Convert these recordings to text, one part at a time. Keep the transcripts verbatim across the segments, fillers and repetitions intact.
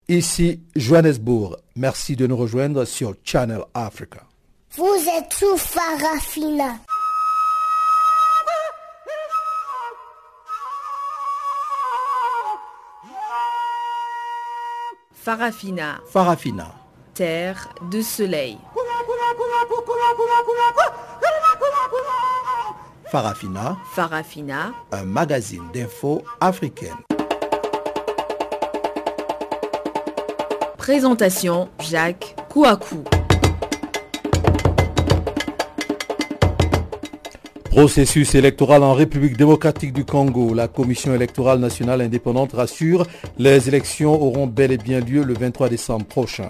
Ici Johannesburg. Merci de nous rejoindre sur Channel Africa. Vous êtes sous Farafina. Farafina. Farafina. Terre de soleil. Farafina. Farafina. Un magazine d'infos africaine. Présentation Jacques Kouakou. Processus électoral en République démocratique du Congo. La Commission électorale nationale indépendante rassure, les élections auront bel et bien lieu le vingt-trois décembre prochain.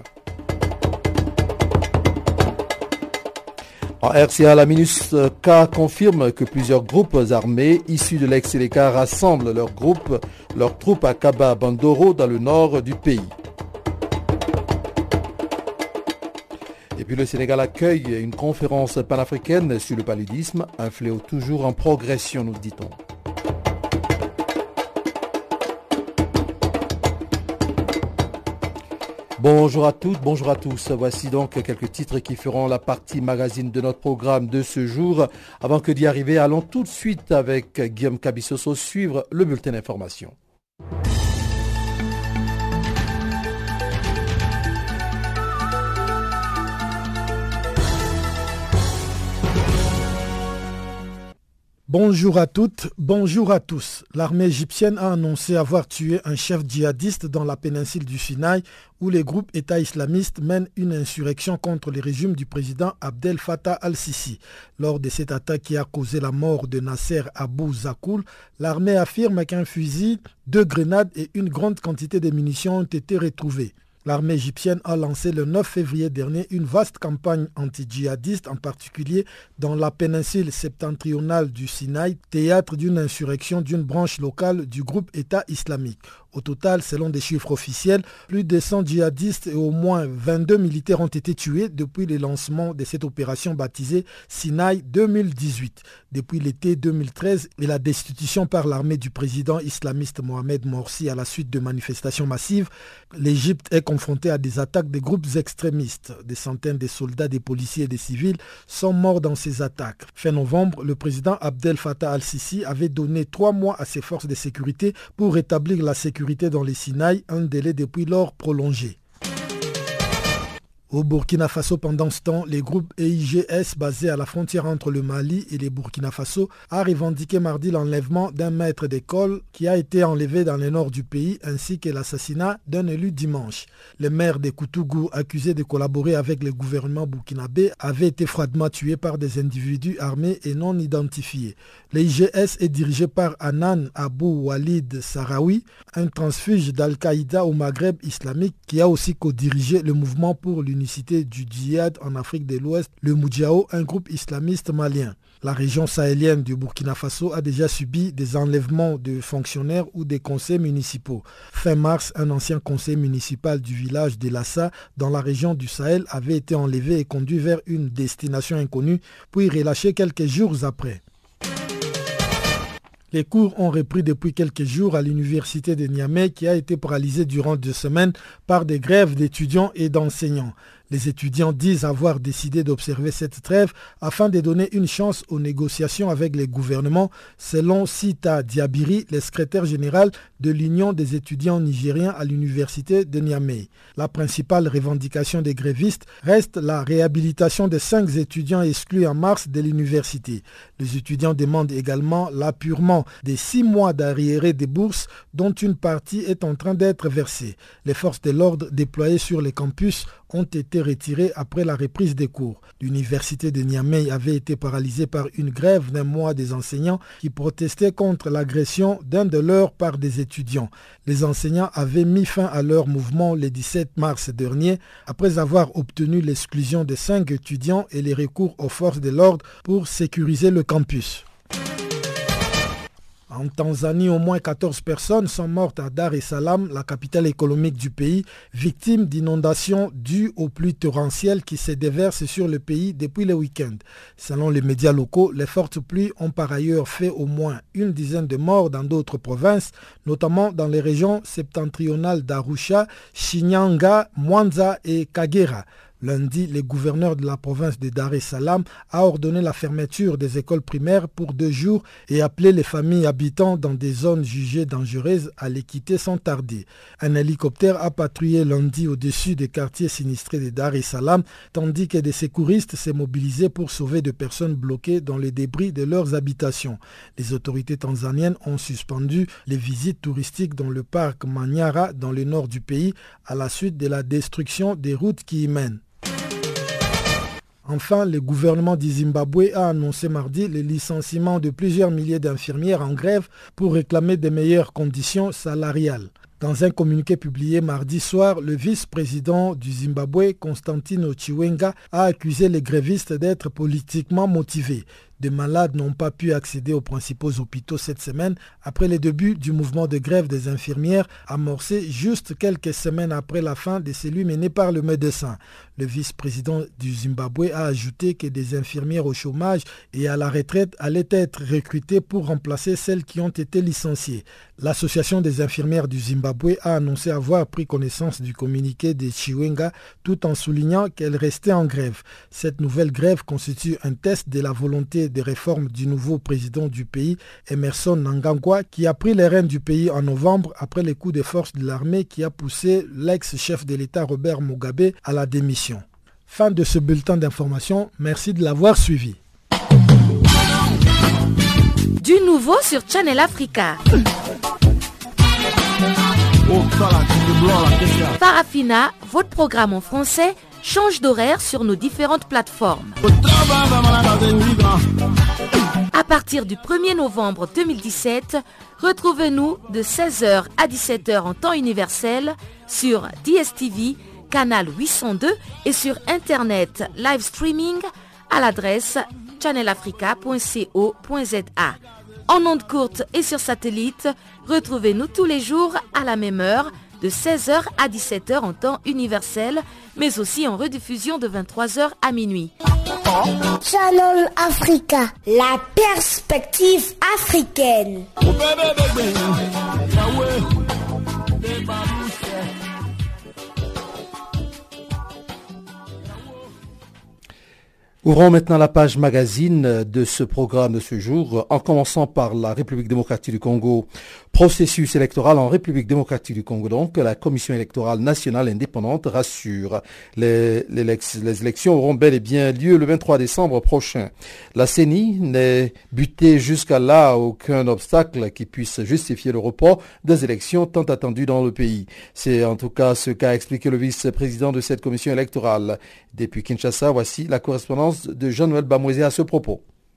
En R C A, la MINUSCA confirme que plusieurs groupes armés issus de l'ex-Séléka rassemblent leurs groupes, leurs troupes à Kaba Bandoro dans le nord du pays. Et puis le Sénégal accueille une conférence panafricaine sur le paludisme, un fléau toujours en progression, nous dit-on. Bonjour à toutes, bonjour à tous. Voici donc quelques titres qui feront la partie magazine de notre programme de ce jour. Avant que d'y arriver, allons tout de suite avec Guillaume Kabissoso suivre le bulletin d'information. Bonjour à toutes, bonjour à tous. L'armée égyptienne a annoncé avoir tué un chef djihadiste dans la péninsule du Sinaï où les groupes État islamistes mènent une insurrection contre le régime du président Abdel Fattah al-Sisi. Lors de cette attaque qui a causé la mort de Nasser Abou Zakoul, l'armée affirme qu'un fusil, deux grenades et une grande quantité de munitions ont été retrouvés. L'armée égyptienne a lancé le neuf février dernier une vaste campagne anti-djihadiste, en particulier dans la péninsule septentrionale du Sinaï, théâtre d'une insurrection d'une branche locale du groupe État islamique. Au total, selon des chiffres officiels, plus de cent djihadistes et au moins vingt-deux militaires ont été tués depuis le lancement de cette opération baptisée Sinaï deux mille dix-huit. Depuis l'été deux mille treize et la destitution par l'armée du président islamiste Mohamed Morsi à la suite de manifestations massives, l'Égypte est confrontée à des attaques des groupes extrémistes. Des centaines de soldats, des policiers et des civils sont morts dans ces attaques. Fin novembre, le président Abdel Fattah al-Sisi avait donné trois mois à ses forces de sécurité pour rétablir la sécurité dans les Sinaï, un délai depuis lors prolongé. Au Burkina Faso, pendant ce temps, les groupes E I G S basés à la frontière entre le Mali et le Burkina Faso a revendiqué mardi l'enlèvement d'un maître d'école qui a été enlevé dans le nord du pays ainsi que l'assassinat d'un élu dimanche. Le maire de Koutougou, accusé de collaborer avec le gouvernement burkinabé, avait été froidement tué par des individus armés et non identifiés. L'E I G S est dirigé par Anan Abou Walid Sahraoui, un transfuge d'Al-Qaïda au Maghreb islamique qui a aussi co-dirigé le mouvement pour l'unité du djihad en Afrique de l'Ouest, le Moudjahou, un groupe islamiste malien. La région sahélienne du Burkina Faso a déjà subi des enlèvements de fonctionnaires ou des conseils municipaux. Fin mars, un ancien conseil municipal du village de Lassa, dans la région du Sahel, avait été enlevé et conduit vers une destination inconnue, puis relâché quelques jours après. Les cours ont repris depuis quelques jours à l'université de Niamey qui a été paralysée durant deux semaines par des grèves d'étudiants et d'enseignants. Les étudiants disent avoir décidé d'observer cette trêve afin de donner une chance aux négociations avec les gouvernements, selon Sita Diabiri, le secrétaire général de l'Union des étudiants nigériens à l'université de Niamey. La principale revendication des grévistes reste la réhabilitation des cinq étudiants exclus en mars de l'université. Les étudiants demandent également l'appurement des six mois d'arriérés des bourses dont une partie est en train d'être versée. Les forces de l'ordre déployées sur les campus ont été retirées après la reprise des cours. L'université de Niamey avait été paralysée par une grève d'un mois des enseignants qui protestaient contre l'agression d'un de leurs par des étudiants. Les enseignants avaient mis fin à leur mouvement le dix-sept mars dernier après avoir obtenu l'exclusion de cinq étudiants et les recours aux forces de l'ordre pour sécuriser le campus. En Tanzanie, au moins quatorze personnes sont mortes à Dar es Salaam, la capitale économique du pays, victimes d'inondations dues aux pluies torrentielles qui se déversent sur le pays depuis le week-end. Selon les médias locaux, les fortes pluies ont par ailleurs fait au moins une dizaine de morts dans d'autres provinces, notamment dans les régions septentrionales d'Arusha, Shinyanga, Mwanza et Kagera. Lundi, le gouverneur de la province de Dar es Salaam a ordonné la fermeture des écoles primaires pour deux jours et appelé les familles habitant dans des zones jugées dangereuses à les quitter sans tarder. Un hélicoptère a patrouillé lundi au-dessus des quartiers sinistrés de Dar es Salaam, tandis que des secouristes s'est mobilisés pour sauver des personnes bloquées dans les débris de leurs habitations. Les autorités tanzaniennes ont suspendu les visites touristiques dans le parc Manyara dans le nord du pays à la suite de la destruction des routes qui y mènent. Enfin, le gouvernement du Zimbabwe a annoncé mardi le licenciement de plusieurs milliers d'infirmières en grève pour réclamer de meilleures conditions salariales. Dans un communiqué publié mardi soir, le vice-président du Zimbabwe, Constantino Chiwenga, a accusé les grévistes d'être politiquement motivés. Des malades n'ont pas pu accéder aux principaux hôpitaux cette semaine après le début du mouvement de grève des infirmières amorcé juste quelques semaines après la fin de celui mené par le médecin. Le vice-président du Zimbabwe a ajouté que des infirmières au chômage et à la retraite allaient être recrutées pour remplacer celles qui ont été licenciées. L'association des infirmières du Zimbabwe a annoncé avoir pris connaissance du communiqué de Chiwenga tout en soulignant qu'elle restait en grève. Cette nouvelle grève constitue un test de la volonté des réformes du nouveau président du pays, Emerson Mnangagwa, qui a pris les rênes du pays en novembre après les coups de force de l'armée qui a poussé l'ex-chef de l'État Robert Mugabe à la démission. Fin de ce bulletin d'information. Merci de l'avoir suivi. Du nouveau sur Channel Africa. Farafina, votre programme en français, change d'horaire sur nos différentes plateformes. À partir du premier novembre deux mille dix-sept, retrouvez-nous de seize heures à dix-sept heures en temps universel sur D S T V, canal huit cent deux et sur Internet live streaming à l'adresse channel africa point co point za. En ondes courtes et sur satellite, retrouvez-nous tous les jours à la même heure de seize heures à dix-sept heures en temps universel, mais aussi en rediffusion de vingt-trois heures à minuit. Channel Africa, la perspective africaine. Ouvrons maintenant la page magazine de ce programme de ce jour, en commençant par la République démocratique du Congo. Processus électoral en République démocratique du Congo. Donc, la Commission électorale nationale indépendante rassure. Les, les, les élections auront bel et bien lieu le vingt-trois décembre prochain. La C E N I n'est butée jusqu'à là aucun obstacle qui puisse justifier le report des élections tant attendues dans le pays. C'est en tout cas ce qu'a expliqué le vice-président de cette commission électorale. Depuis Kinshasa, voici la correspondance de Jean-Noël Bamouezé à ce propos.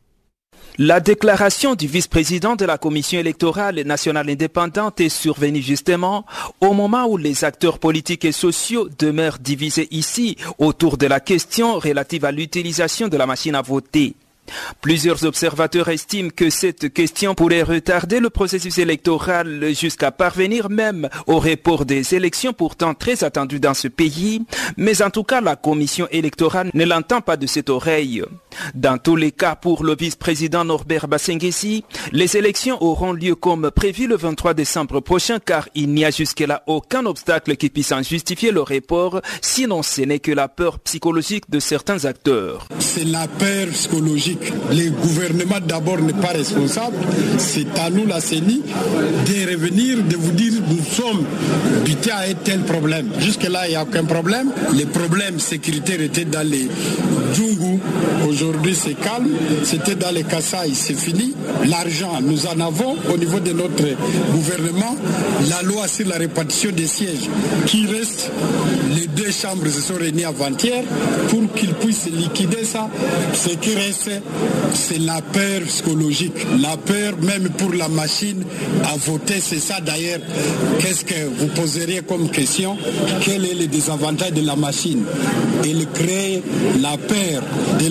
La déclaration du vice-président de la Commission électorale nationale indépendante est survenue justement au moment où les acteurs politiques et sociaux demeurent divisés ici autour de la question relative à l'utilisation de la machine à voter. Plusieurs observateurs estiment que cette question pourrait retarder le processus électoral jusqu'à parvenir même au report des élections pourtant très attendues dans ce pays, mais en tout cas la commission électorale ne l'entend pas de cette oreille. Dans tous les cas, pour le vice-président Norbert Bassengesi, les élections auront lieu comme prévu le vingt-trois décembre prochain car il n'y a jusque-là aucun obstacle qui puisse en justifier le report, sinon ce n'est que la peur psychologique de certains acteurs. C'est la peur psychologique. Le gouvernement d'abord n'est pas responsable. C'est à nous, la C E N I, de revenir, de vous dire nous sommes butés à un tel problème. Jusque-là, il n'y a aucun problème. Les problèmes sécuritaires étaient dans les Djoungou. Aujourd'hui, c'est calme. C'était dans les Kasaï, c'est fini. L'argent, nous en avons au niveau de notre gouvernement. La loi sur la répartition des sièges qui reste, les deux chambres se sont réunies avant-hier pour qu'ils puissent liquider ça. Ce qui reste, c'est la peur psychologique, la peur même pour la machine à voter. C'est ça d'ailleurs. Qu'est-ce que vous poseriez comme question? Quel est le désavantage de la machine? Elle crée la peur de laisser le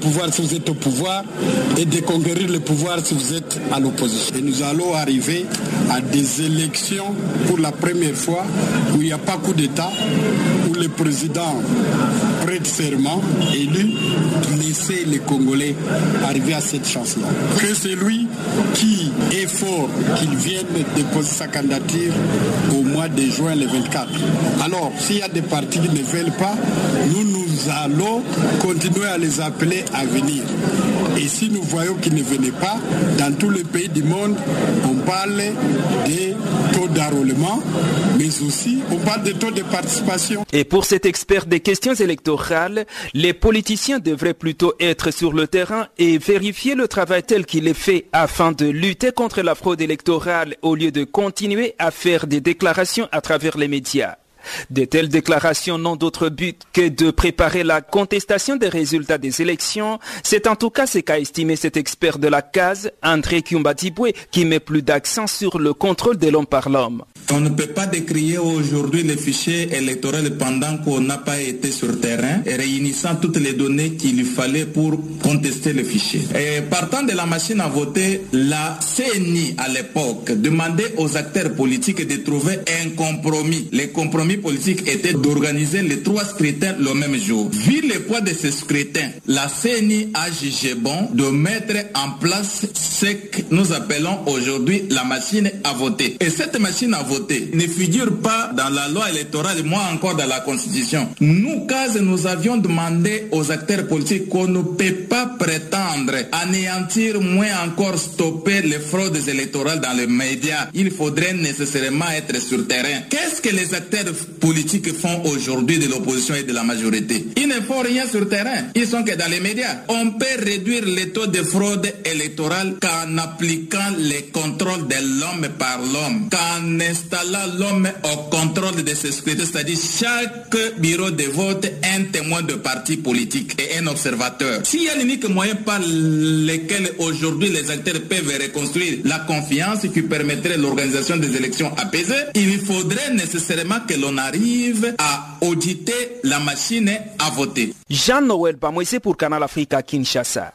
pouvoir si vous êtes au pouvoir et de conquérir le pouvoir si vous êtes à l'opposition. Et nous allons arriver à des élections pour la première fois où il n'y a pas coup d'État, où le président prête serment élu, laisser les Congolais arriver à cette chance-là. Que c'est lui qui est fort, qu'il vienne déposer sa candidature au mois de juin le vingt-quatre. Alors, s'il y a des partis qui ne veulent pas, nous, nous allons continuer à les appeler à venir. Et si nous voyons qu'ils ne venaient pas, dans tous les pays du monde, on parle des taux d'enrôlement, mais aussi on parle des taux de participation. Et pour cet expert des questions électorales, les politiciens devraient plutôt être sur le terrain et vérifier le travail tel qu'il est fait afin de lutter contre la fraude électorale au lieu de continuer à faire des déclarations à travers les médias. De telles déclarations n'ont d'autre but que de préparer la contestation des résultats des élections. C'est en tout cas ce qu'a estimé cet expert de la C A S, André Kiumba-Diboué, qui met plus d'accent sur le contrôle de l'homme par l'homme. On ne peut pas décrier aujourd'hui les fichiers électoraux pendant qu'on n'a pas été sur terrain et réunissant toutes les données qu'il lui fallait pour contester le fichier. Et partant de la machine à voter, la C N I à l'époque demandait aux acteurs politiques de trouver un compromis. Les compromis politique était d'organiser les trois scrutins le même jour. Vu le poids de ces scrutins, la C N I a jugé bon de mettre en place ce que nous appelons aujourd'hui la machine à voter. Et cette machine à voter ne figure pas dans la loi électorale, moins encore dans la Constitution. Nous, C A S, nous avions demandé aux acteurs politiques qu'on ne peut pas prétendre anéantir, moins encore stopper les fraudes électorales dans les médias. Il faudrait nécessairement être sur terrain. Qu'est-ce que les acteurs politiques font aujourd'hui de l'opposition et de la majorité? Ils ne font rien sur terrain. Ils sont que dans les médias. On peut réduire les taux de fraude électorale qu'en appliquant les contrôles de l'homme par l'homme, qu'en installant l'homme au contrôle de ses scrutins, c'est-à-dire chaque bureau de vote, un témoin de parti politique et un observateur. S'il y a l'unique moyen par lequel aujourd'hui les acteurs peuvent reconstruire la confiance qui permettrait l'organisation des élections apaisées, il faudrait nécessairement que l'on arrive à auditer la machine à voter. Jean-Noël Bamoïse pour Canal Africa, Kinshasa.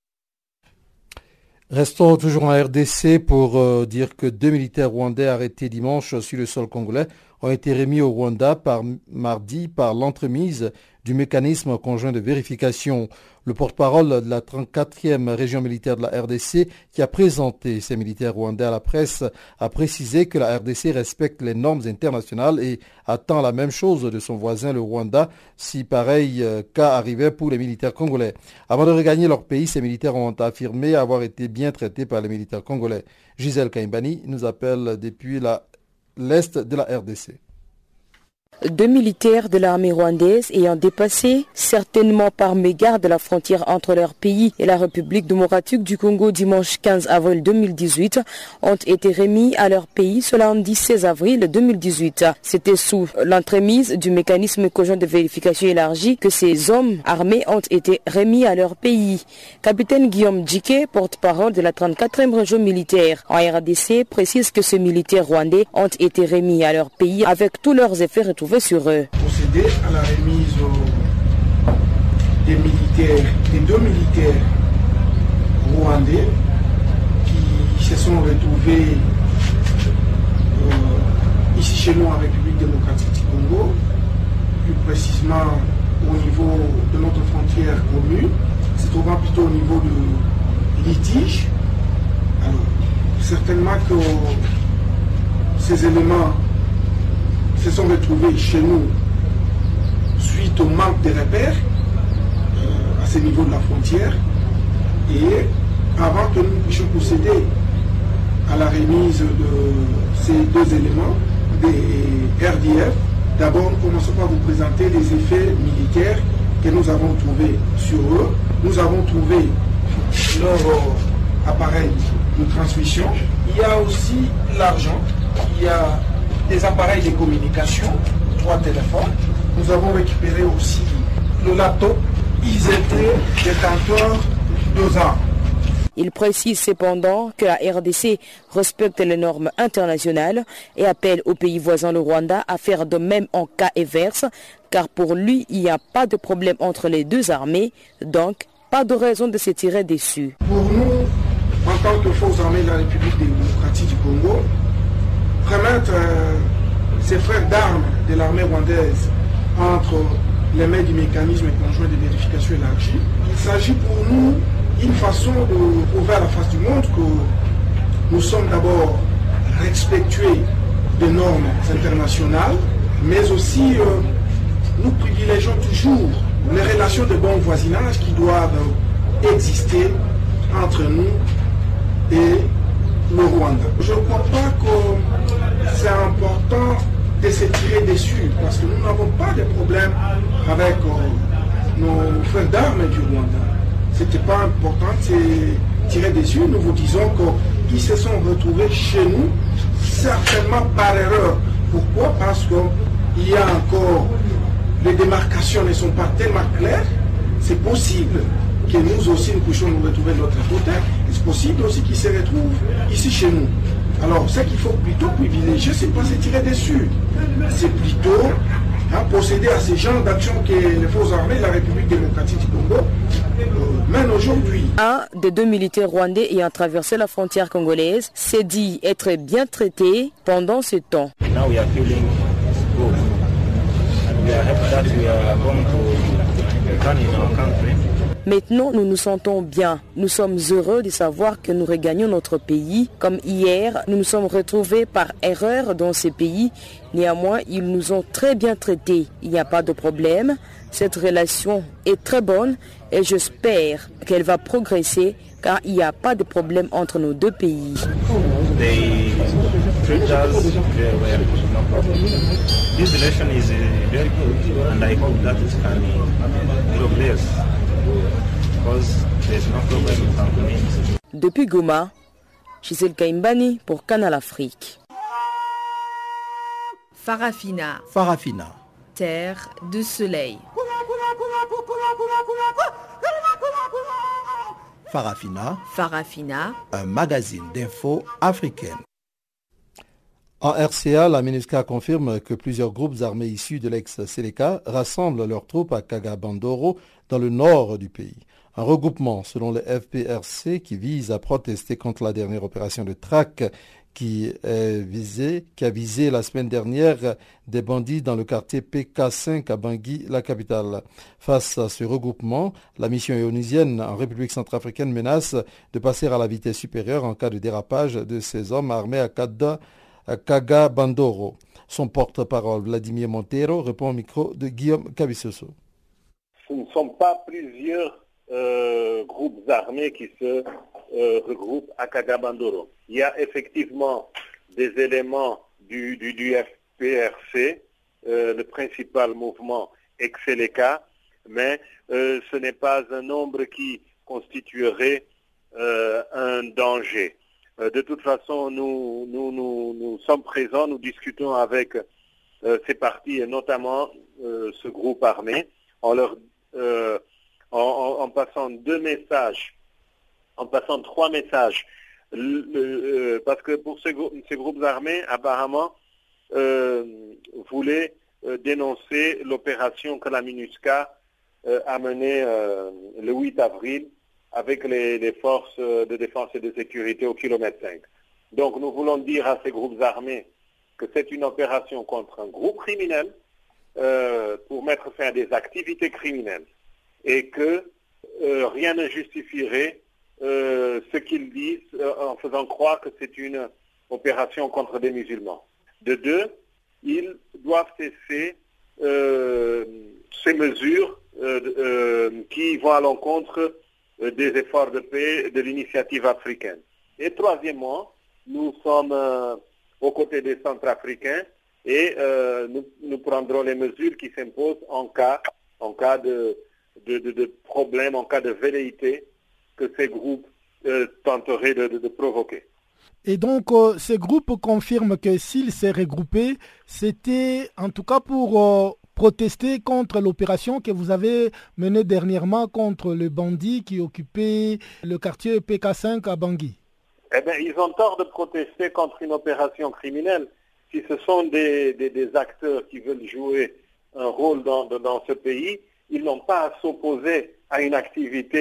Restons toujours en R D C pour euh, dire que deux militaires rwandais arrêtés dimanche sur le sol congolais ont été remis au Rwanda par mardi par l'entremise du mécanisme conjoint de vérification. Le porte-parole de la trente-quatrième région militaire de la R D C, qui a présenté ces militaires rwandais à la presse, a précisé que la R D C respecte les normes internationales et attend la même chose de son voisin le Rwanda si pareil cas arrivait pour les militaires congolais. Avant de regagner leur pays, ces militaires ont affirmé avoir été bien traités par les militaires congolais. Gisèle Kaimbani nous appelle depuis la, l'est de la R D C. Deux militaires de l'armée rwandaise ayant dépassé, certainement par mégarde, la frontière entre leur pays et la République démocratique du Congo dimanche quinze avril deux mille dix-huit ont été remis à leur pays ce lundi seize avril deux mille dix-huit. C'était sous l'entremise du mécanisme conjoint de vérification élargi que ces hommes armés ont été remis à leur pays. Capitaine Guillaume Djike, porte-parole de la trente-quatrième région militaire en R D C, précise que ces militaires rwandais ont été remis à leur pays avec tous leurs effets retrouvés sur eux. Procéder à la remise des militaires, des deux militaires rwandais qui se sont retrouvés euh, ici chez nous en République démocratique du Congo, plus précisément au niveau de notre frontière commune, se trouvant plutôt au niveau de litige. Alors, certainement que ces éléments se sont retrouvés chez nous suite au manque de repères euh, à ce niveau de la frontière, et avant que nous puissions procéder à la remise de ces deux éléments des R D F, d'abord nous commençons par vous présenter les effets militaires que nous avons trouvés sur eux. Nous avons trouvé leur appareil de transmission, il y a aussi l'argent, il y a des appareils de communication, trois téléphones. Nous avons récupéré aussi le laptop. Ils étaient détenteurs deux armes. Il précise cependant que la R D C respecte les normes internationales et appelle au pays voisin le Rwanda à faire de même en cas inverse, car pour lui, il n'y a pas de problème entre les deux armées, donc pas de raison de se tirer dessus. Pour nous, en tant que forces armées de la République démocratique du Congo, remettre euh, ces frères d'armes de l'armée rwandaise entre les mains du mécanisme conjoint de vérification élargi, il s'agit pour nous une façon de prouver à la face du monde que nous sommes d'abord respectueux des normes internationales, mais aussi euh, nous privilégions toujours les relations de bon voisinage qui doivent exister entre nous et le Rwanda. Je ne crois pas que c'est important de se tirer dessus, parce que nous n'avons pas de problème avec euh, nos frères d'armes du Rwanda. Ce n'était pas important de se tirer dessus. Nous vous disons qu'ils se sont retrouvés chez nous, certainement par erreur. Pourquoi? Parce qu'il y a encore, les démarcations ne sont pas tellement claires. C'est possible que nous aussi nous puissions nous retrouver de l'autre côté. C'est possible aussi qu'ils se retrouvent ici chez nous. Alors, ce qu'il faut plutôt privilégier, c'est pas se tirer dessus. C'est plutôt hein, procéder à ces genres d'actions que les forces armées de la République démocratique du Congo euh, mènent aujourd'hui. Un des deux militaires rwandais ayant traversé la frontière congolaise s'est dit être bien traité pendant ce temps. Now we are feeling good. And we are happy that we are going to return in our country. Maintenant, nous nous sentons bien. Nous sommes heureux de savoir que nous regagnons notre pays. Comme hier, nous nous sommes retrouvés par erreur dans ces pays. Néanmoins, ils nous ont très bien traités. Il n'y a pas de problème. Cette relation est très bonne et j'espère qu'elle va progresser car il n'y a pas de problème entre nos deux pays. They treat us very well, no problem. This relation is uh, very good and I hope that it can progress. Depuis Goma, Gisèle Kaimbani pour Canal Afrique. Farafina. Farafina. Terre de soleil. Farafina. Farafina. Un magazine d'infos africaine. En R C A, la MINUSCA confirme que plusieurs groupes armés issus de l'ex-Séléka rassemblent leurs troupes à Kagabandoro dans le nord du pays. Un regroupement, selon le F P R C, qui vise à protester contre la dernière opération de traque qui, est visée, qui a visé la semaine dernière des bandits dans le quartier P K cinq à Bangui, la capitale. Face à ce regroupement, la mission onusienne en République centrafricaine menace de passer à la vitesse supérieure en cas de dérapage de ces hommes armés à Kada, à Kagabandoro. Son porte-parole, Vladimir Montero, répond au micro de Guillaume Kabissoso. Ce ne sont pas plusieurs euh, groupes armés qui se euh, regroupent à Kagabandoro. Il y a effectivement des éléments du, du, du F P R C, euh, le principal mouvement ex-Séléka, mais euh, ce n'est pas un nombre qui constituerait euh, un danger. Euh, de toute façon, nous, nous, nous, nous sommes présents, nous discutons avec euh, ces partis et notamment euh, ce groupe armé en leur Euh, en, en, en passant deux messages, en passant trois messages, le, le, euh, parce que pour ces, grou- ces groupes armés, apparemment, euh, voulaient euh, dénoncer l'opération que la MINUSCA euh, a menée euh, le huit avril avec les, les forces de défense et de sécurité au kilomètre cinq. Donc nous voulons dire à ces groupes armés que c'est une opération contre un groupe criminel, Euh, pour mettre fin à des activités criminelles et que euh, rien ne justifierait euh, ce qu'ils disent euh, en faisant croire que c'est une opération contre des musulmans. De deux, ils doivent cesser euh, ces mesures euh, euh, qui vont à l'encontre euh, des efforts de paix de l'initiative africaine. Et troisièmement, nous sommes euh, aux côtés des Centrafricains et euh, nous, nous prendrons les mesures qui s'imposent en cas, en cas de, de, de, de problème, en cas de velléité que ces groupes euh, tenteraient de, de, de provoquer. Et donc, euh, ces groupes confirment que s'ils s'est regroupés, c'était en tout cas pour euh, protester contre l'opération que vous avez menée dernièrement contre les bandits qui occupaient le quartier P K cinq à Bangui. Eh bien, ils ont tort de protester contre une opération criminelle. Si ce sont des, des, des acteurs qui veulent jouer un rôle dans, dans ce pays, ils n'ont pas à s'opposer à une activité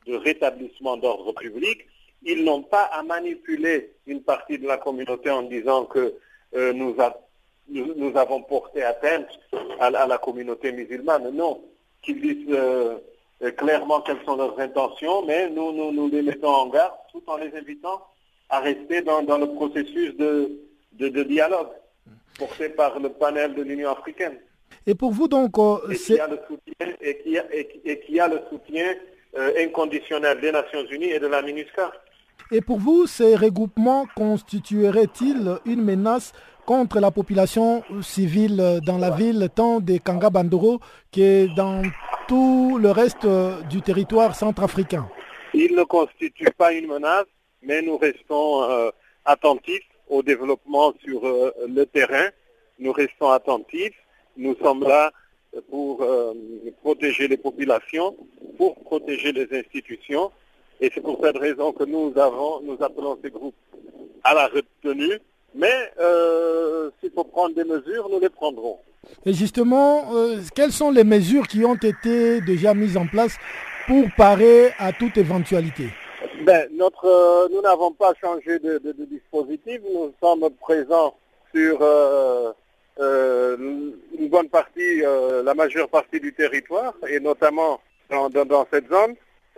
de rétablissement d'ordre public, ils n'ont pas à manipuler une partie de la communauté en disant que euh, nous, a, nous, nous avons porté atteinte à, à la communauté musulmane. Non, qu'ils disent euh, clairement quelles sont leurs intentions, mais nous, nous, nous les mettons en garde tout en les invitant à rester dans, dans le processus de, de, de dialogue porté par le panel de l'Union africaine. Et pour vous donc, euh, et, qui a le soutien, et, qui a, et, et qui a le soutien euh, inconditionnel des Nations Unies et de la MINUSCA. Et pour vous, ces regroupements constitueraient-ils une menace contre la population civile dans la ville, tant de Kanga-Bandoro que dans tout le reste du territoire centrafricain? Ils ne constituent pas une menace, mais nous restons euh, attentifs au développement sur euh, le terrain. Nous restons attentifs. Nous sommes là pour euh, protéger les populations, pour protéger les institutions. Et c'est pour cette raison que nous avons, nous appelons ces groupes à la retenue. Mais euh, s'il faut prendre des mesures, nous les prendrons. Et justement, euh, quelles sont les mesures qui ont été déjà mises en place pour parer à toute éventualité? Ben, notre, euh, nous n'avons pas changé de, de, de dispositif. Nous sommes présents sur euh, euh, une bonne partie, euh, la majeure partie du territoire, et notamment dans, dans, dans cette zone.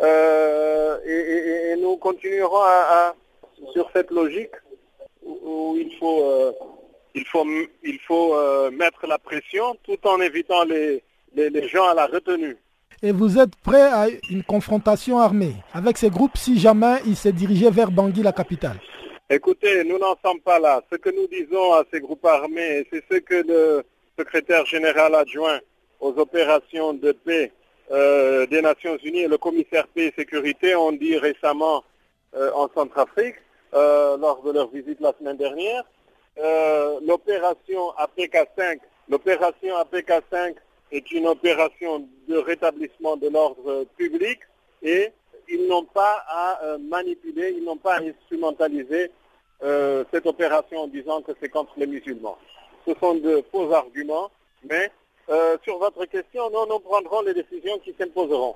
Euh, et, et, et nous continuerons à, à, sur cette logique où, où il faut, euh, il faut, il faut euh, mettre la pression tout en évitant les, les, les gens à la retenue. Et vous êtes prêt à une confrontation armée avec ces groupes si jamais ils se dirigeaient vers Bangui, la capitale? Écoutez, nous n'en sommes pas là. Ce que nous disons à ces groupes armés, c'est ce que le secrétaire général adjoint aux opérations de paix euh, des Nations Unies et le commissaire paix et sécurité ont dit récemment euh, en Centrafrique, euh, lors de leur visite la semaine dernière. Euh, l'opération A P K cinq, l'opération A P K cinq est une opération de rétablissement de l'ordre public et ils n'ont pas à euh, manipuler, ils n'ont pas à instrumentaliser euh, cette opération en disant que c'est contre les musulmans. Ce sont de faux arguments, mais euh, sur votre question, nous, nous prendrons les décisions qui s'imposeront.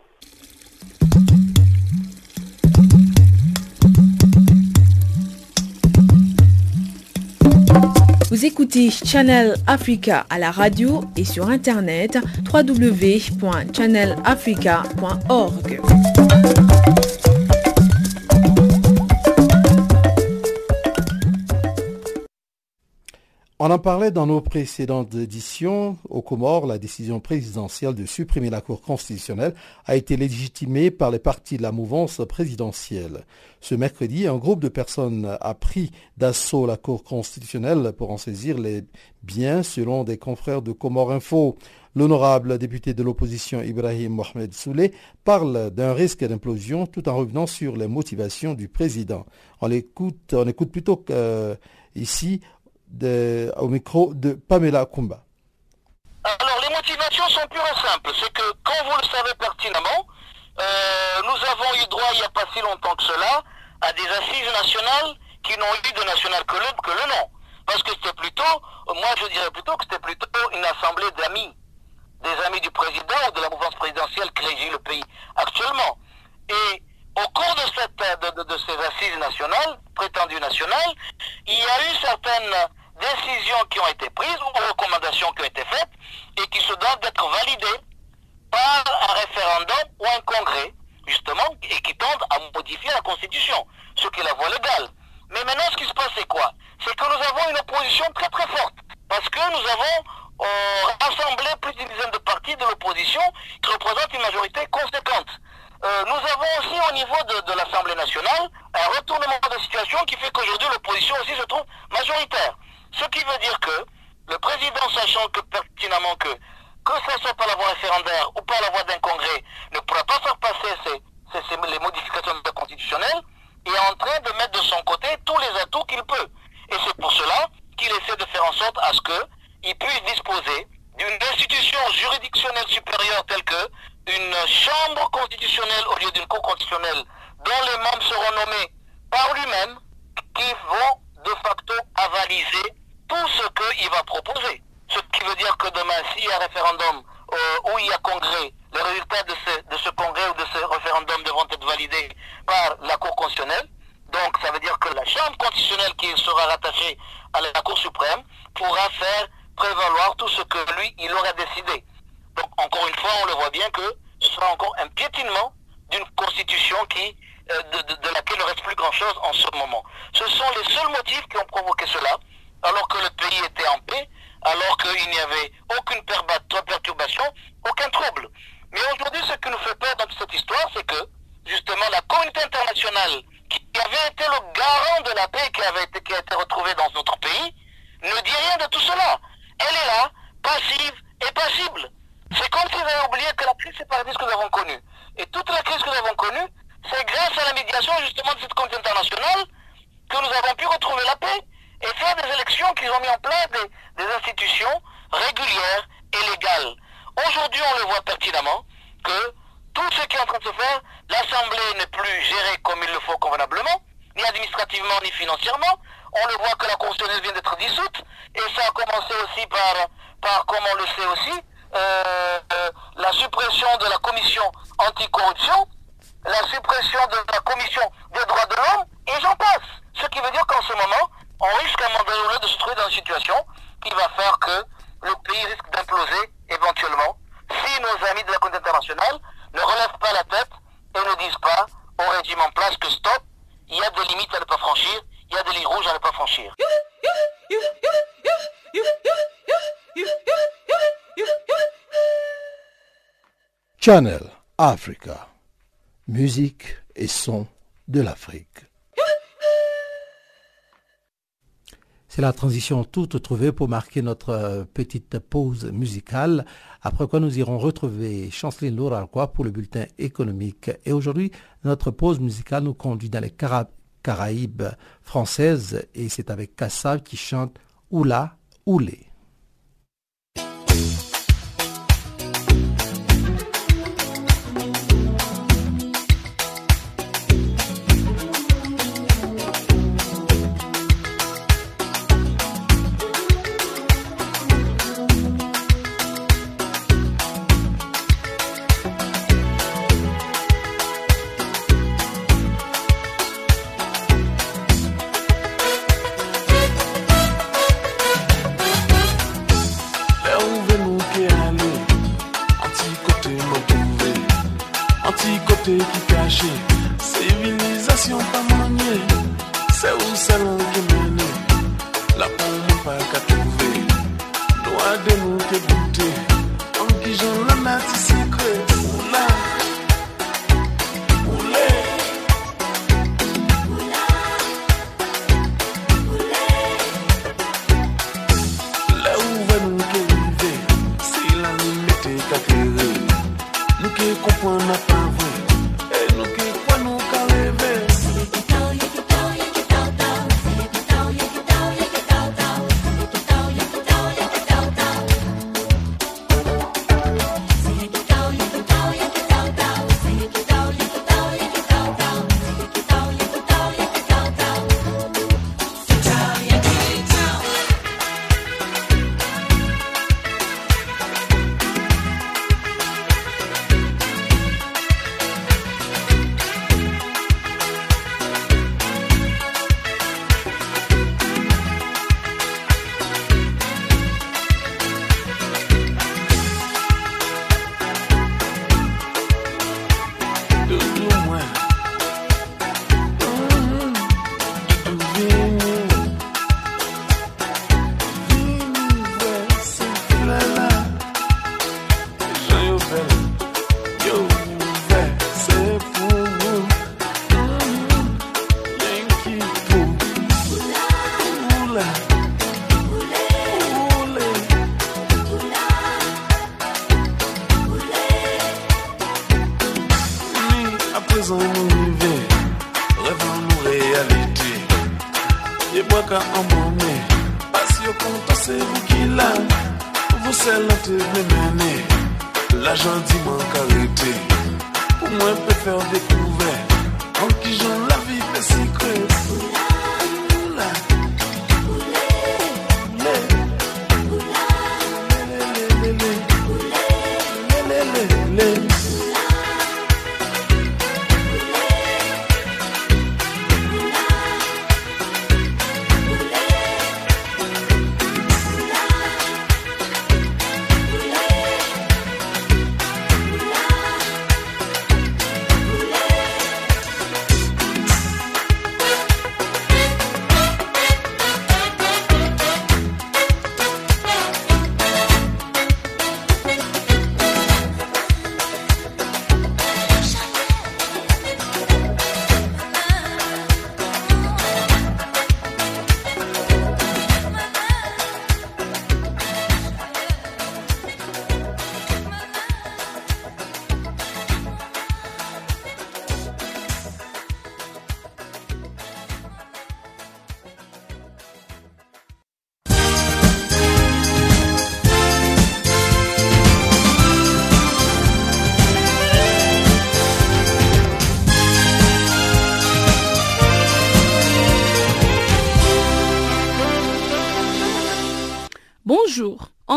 Vous écoutez Channel Africa à la radio et sur internet w w w point channel africa point org. On en parlait dans nos précédentes éditions. Aux Comores, la décision présidentielle de supprimer la Cour constitutionnelle a été légitimée par les partis de la mouvance présidentielle. Ce mercredi, un groupe de personnes a pris d'assaut la Cour constitutionnelle pour en saisir les biens, selon des confrères de Comores Info. L'honorable député de l'opposition Ibrahim Mohamed Souleh parle d'un risque d'implosion tout en revenant sur les motivations du président. On l'écoute, on écoute plutôt euh, ici De, au micro de Pamela Kumba. Alors les motivations sont pures et simples. C'est que, comme vous le savez pertinemment, euh, nous avons eu droit il n'y a pas si longtemps que cela à des assises nationales qui n'ont eu de national que le, que le nom. Parce que c'était plutôt, moi je dirais plutôt que c'était plutôt une assemblée d'amis, des amis du président ou de la mouvance présidentielle qui régit le pays actuellement. Et au cours de, cette, de, de, de ces assises nationales, prétendues nationales, il y a eu certaines décisions qui ont été prises ou recommandations qui ont été faites et qui se doivent d'être validées par un référendum ou un congrès, justement, et qui tendent à modifier la Constitution, ce qui est la voie légale. Mais maintenant, ce qui se passe, c'est quoi? C'est que nous avons une opposition très très forte, parce que nous avons euh, rassemblé plus d'une dizaine de partis de l'opposition qui représentent une majorité conséquente. Euh, nous avons aussi au niveau de, de l'Assemblée nationale un retournement de situation qui fait qu'aujourd'hui l'opposition aussi se trouve majoritaire. Ce qui veut dire que le président, sachant que pertinemment que, que ce soit par la voie référendaire ou par la voie d'un congrès, ne pourra pas faire passer ces, ces, ces, les modifications constitutionnelles, est en train de mettre de son côté tous les atouts qu'il peut. Et c'est pour cela qu'il essaie de faire en sorte à ce qu'il puisse disposer d'une institution juridictionnelle supérieure telle que une chambre constitutionnelle au lieu d'une cour constitutionnelle dont les membres seront nommés par lui-même qui vont de facto avaliser tout ce qu'il va proposer. Ce qui veut dire que demain, s'il y a référendum euh, ou il y a congrès, les résultats de ce, de ce congrès ou de ce référendum référendums devront être validés par la Cour constitutionnelle. Donc ça veut dire que la Chambre constitutionnelle qui sera rattachée à la Cour suprême pourra faire prévaloir tout ce que lui, il aurait décidé. Donc encore une fois, on le voit bien que ce sera encore un piétinement d'une constitution qui, euh, de, de, de laquelle ne reste plus grand-chose en ce moment. Ce sont les seuls motifs qui ont provoqué cela, alors que le pays était en paix, alors qu'il n'y avait aucune perturbation, aucun trouble. Mais aujourd'hui, ce qui nous fait peur dans toute cette histoire, c'est que, justement, la communauté internationale, qui avait été le garant de la paix qui, avait été, qui a été retrouvée dans notre pays, ne dit rien de tout cela. Elle est là, passive et passible. C'est comme s'ils avaient oublié que la crise séparatiste que nous avons connue, et toute la crise que nous avons connue, c'est grâce à la médiation, justement, de cette communauté internationale que nous avons pu retrouver la paix et faire des élections qui ont mis en place des, des institutions régulières et légales. Aujourd'hui, on le voit pertinemment que tout ce qui est en train de se faire, l'Assemblée n'est plus gérée comme il le faut convenablement, ni administrativement ni financièrement. On le voit que la Constitution vient d'être dissoute, et ça a commencé aussi par, par comme on le sait aussi, euh, euh, la suppression de la commission anticorruption, la suppression de la commission des droits de l'homme, et j'en passe. Ce qui veut dire qu'en ce moment, on risque à un moment donné de se trouver dans une situation qui va faire que le pays risque d'imploser éventuellement si nos amis de la communauté internationale ne relèvent pas la tête et ne disent pas au régime en place que stop, il y a des limites à ne pas franchir, il y a des lignes rouges à ne pas franchir. Channel Africa, musique et son de l'Afrique. C'est la transition toute trouvée pour marquer notre petite pause musicale, après quoi nous irons retrouver Chanceline Lourarquois pour le bulletin économique. Et aujourd'hui, notre pause musicale nous conduit dans les Cara- Caraïbes françaises, et c'est avec Kassav qui chante Oula Oulé. Civilisation pas maniée, c'est où salon qui mène. La pomme pas qu'à trouver, doit de nous que goûter. En qui j'en la nati secret, oula, oulé, oula, oulé. Là où va nous que river, c'est la limite qu'à créer. Nous qui comprenons pas vrai.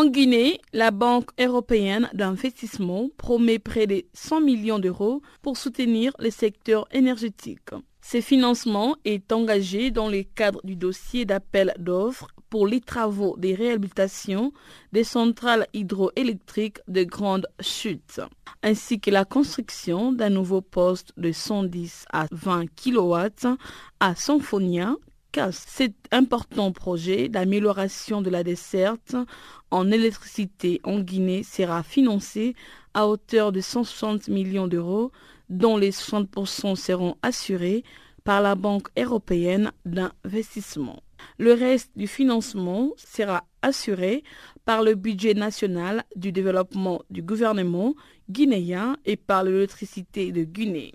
En Guinée, la Banque européenne d'investissement promet près de cent millions d'euros pour soutenir le secteur énergétique. Ce financement est engagé dans le cadre du dossier d'appel d'offres pour les travaux de réhabilitation des centrales hydroélectriques de grande chute, ainsi que la construction d'un nouveau poste de cent dix à vingt kilowatts à Symphonia. Cet important projet d'amélioration de la desserte en électricité en Guinée sera financé à hauteur de cent soixante millions d'euros, dont les soixante pour cent seront assurés par la Banque européenne d'investissement. Le reste du financement sera assuré par le budget national du développement du gouvernement guinéen et par l'électricité de Guinée.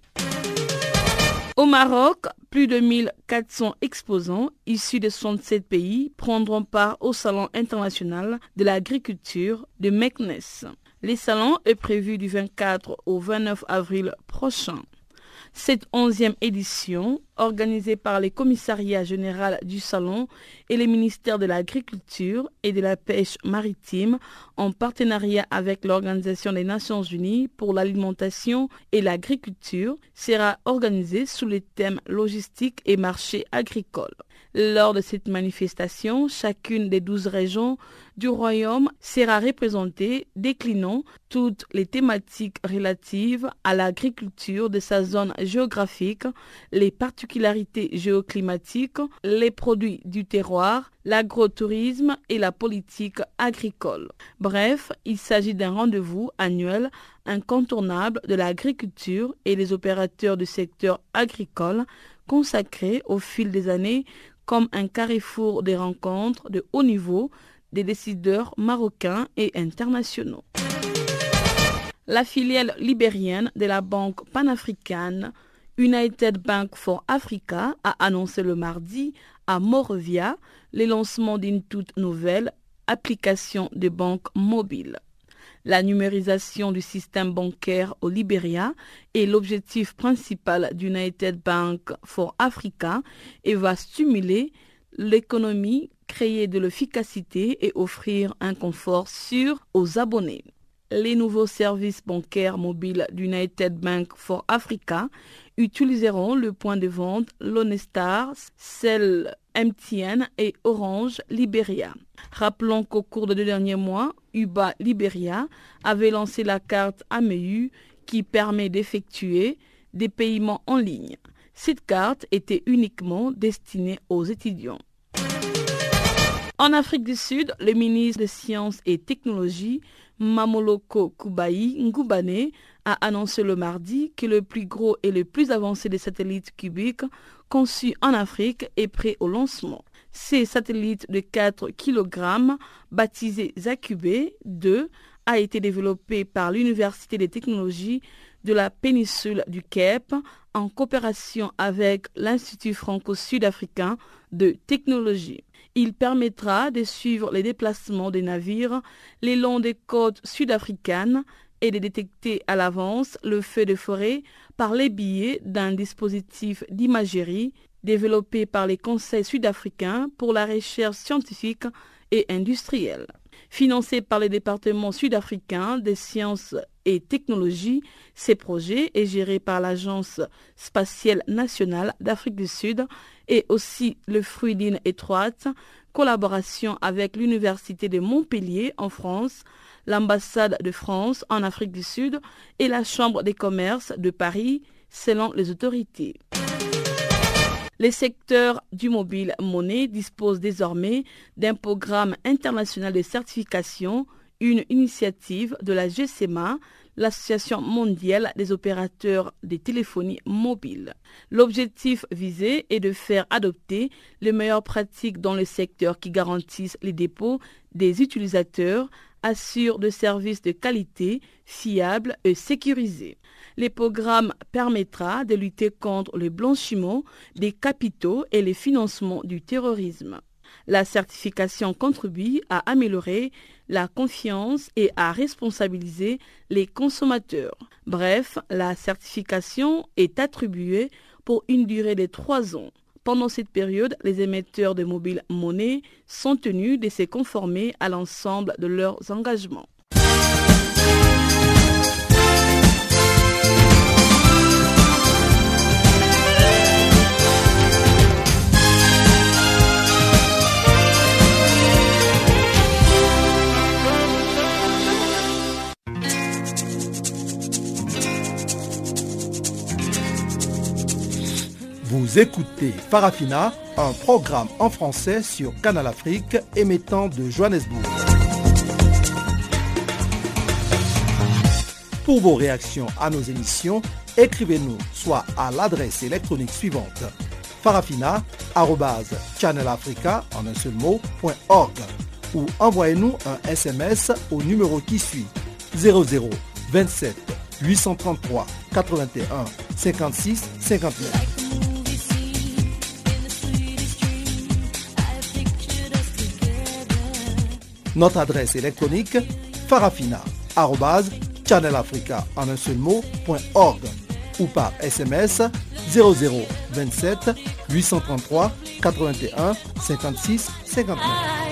Au Maroc, plus de mille quatre cents exposants issus de soixante-sept pays prendront part au Salon international de l'agriculture de Meknès. Le salon est prévu du vingt-quatre au vingt-neuf avril prochain. Cette onzième édition, organisée par le Commissariat général du Salon et le ministère de l'Agriculture et de la Pêche maritime, en partenariat avec l'Organisation des Nations Unies pour l'alimentation et l'agriculture, sera organisée sous le thème logistique et marché agricole. Lors de cette manifestation, chacune des douze régions du Royaume sera représentée, déclinant toutes les thématiques relatives à l'agriculture de sa zone géographique, les particularités géoclimatiques, les produits du terroir, l'agrotourisme et la politique agricole. Bref, il s'agit d'un rendez-vous annuel incontournable de l'agriculture et des opérateurs du secteur agricole, consacré au fil des années comme un carrefour des rencontres de haut niveau des décideurs marocains et internationaux. La filiale libérienne de la banque panafricaine United Bank for Africa a annoncé le mardi à Monrovia le lancement d'une toute nouvelle application de banque mobile. La numérisation du système bancaire au Libéria est l'objectif principal d'United Bank for Africa et va stimuler l'économie, créer de l'efficacité et offrir un confort sûr aux abonnés. Les nouveaux services bancaires mobiles d'United Bank for Africa utiliseront le point de vente Lonestar, Cell, M T N et Orange Liberia. Rappelons qu'au cours des deux derniers mois, U B A Liberia avait lancé la carte A M E U qui permet d'effectuer des paiements en ligne. Cette carte était uniquement destinée aux étudiants. En Afrique du Sud, le ministre des Sciences et Technologies, Mamoloko Kubayi Ngubane, a annoncé le mardi que le plus gros et le plus avancé des satellites cubiques conçus en Afrique est prêt au lancement. Ces satellites de quatre kilogrammes, baptisés Zakubé deux, a été développé par l'Université des technologies de la péninsule du Cape en coopération avec l'Institut franco-sud-africain de technologie. Il permettra de suivre les déplacements des navires le long des côtes sud-africaines et de détecter à l'avance le feu de forêt par les biais d'un dispositif d'imagerie développé par les conseils sud-africains pour la recherche scientifique et industrielle. Financé par les départements sud-africains des sciences et technologies, ces projets est géré par l'Agence spatiale nationale d'Afrique du Sud et aussi le fruit d'une étroite collaboration avec l'Université de Montpellier en France, l'ambassade de France en Afrique du Sud et la Chambre des commerces de Paris, selon les autorités. Les secteurs du mobile monnaie disposent désormais d'un programme international de certification, une initiative de la G S E M A, l'Association mondiale des opérateurs de téléphonie mobile. L'objectif visé est de faire adopter les meilleures pratiques dans le secteur qui garantissent les dépôts des utilisateurs, assurent des services de qualité, fiables et sécurisés. Le programme permettra de lutter contre le blanchiment des capitaux et le financement du terrorisme. La certification contribue à améliorer la confiance et à responsabiliser les consommateurs. Bref, la certification est attribuée pour une durée de trois ans. Pendant cette période, les émetteurs de mobile monnaie sont tenus de se conformer à l'ensemble de leurs engagements. Vous écoutez Farafina, un programme en français sur Canal Afrique émettant de Johannesburg. Pour vos réactions à nos émissions, écrivez-nous soit à l'adresse électronique suivante farafina arobase channelafrica en un seul mot point org ou envoyez-nous un S M S au numéro qui suit zéro zéro vingt-sept huit cent trente-trois quatre-vingt-un cinquante-six cinquante-neuf. Notre adresse électronique farafina arobase channelafrica en un seul mot point org ou par S M S zéro zéro vingt-sept huit cent trente-trois quatre-vingt-un cinquante-six cinquante-neuf.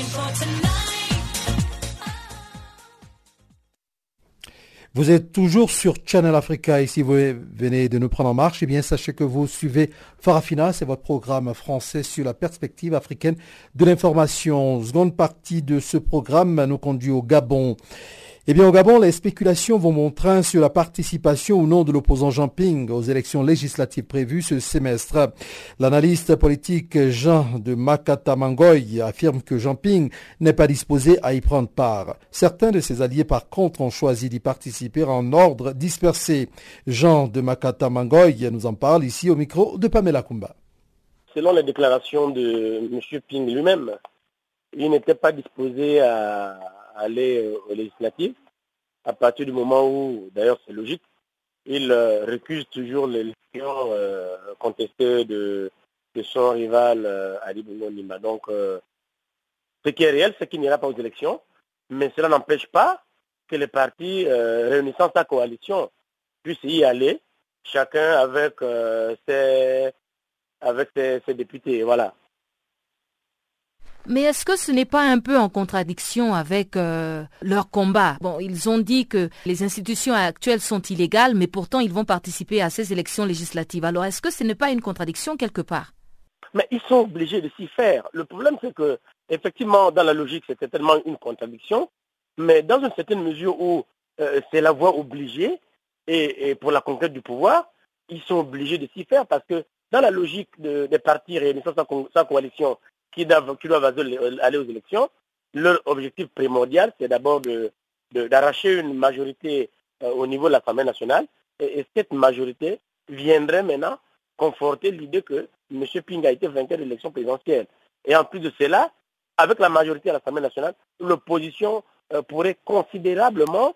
Vous êtes toujours sur Channel Africa et si vous venez de nous prendre en marche, eh bien sachez que vous suivez Farafina, c'est votre programme français sur la perspective africaine de l'information. Seconde partie de ce programme nous conduit au Gabon. Eh bien, au Gabon, les spéculations vont bon train sur la participation ou non de l'opposant Jean Ping aux élections législatives prévues ce semestre. L'analyste politique Jean de Makata Mangoy affirme que Jean Ping n'est pas disposé à y prendre part. Certains de ses alliés, par contre, ont choisi d'y participer en ordre dispersé. Jean de Makata Mangoy nous en parle ici au micro de Pamela Kumba. Selon les déclarations de M. Ping lui-même, il n'était pas disposé à aller aux législatives, à partir du moment où, d'ailleurs c'est logique, il euh, récuse toujours l'élection euh, contestée de, de son rival euh, Ali Bongo Nimba. Donc, euh, ce qui est réel, c'est qu'il n'ira pas aux élections, mais cela n'empêche pas que les partis euh, réunissant sa coalition puissent y aller, chacun avec, euh, ses, avec ses, ses députés. Voilà. Mais est-ce que ce n'est pas un peu en contradiction avec euh, leur combat? Bon, ils ont dit que les institutions actuelles sont illégales, mais pourtant ils vont participer à ces élections législatives. Alors est-ce que ce n'est pas une contradiction quelque part? Mais ils sont obligés de s'y faire. Le problème, c'est que, effectivement, dans la logique, c'était tellement une contradiction, mais dans une certaine mesure où euh, c'est la voie obligée, et, et pour la conquête du pouvoir, ils sont obligés de s'y faire parce que dans la logique de, des partis réunissant sa, sa coalition, qui doivent, qui doivent aller aux élections, leur objectif primordial, c'est d'abord de, de, d'arracher une majorité euh, au niveau de l'Assemblée nationale. Et, et cette majorité viendrait maintenant conforter l'idée que M. Ping a été vainqueur de l'élection présidentielle. Et en plus de cela, avec la majorité à l'Assemblée nationale, l'opposition euh, pourrait considérablement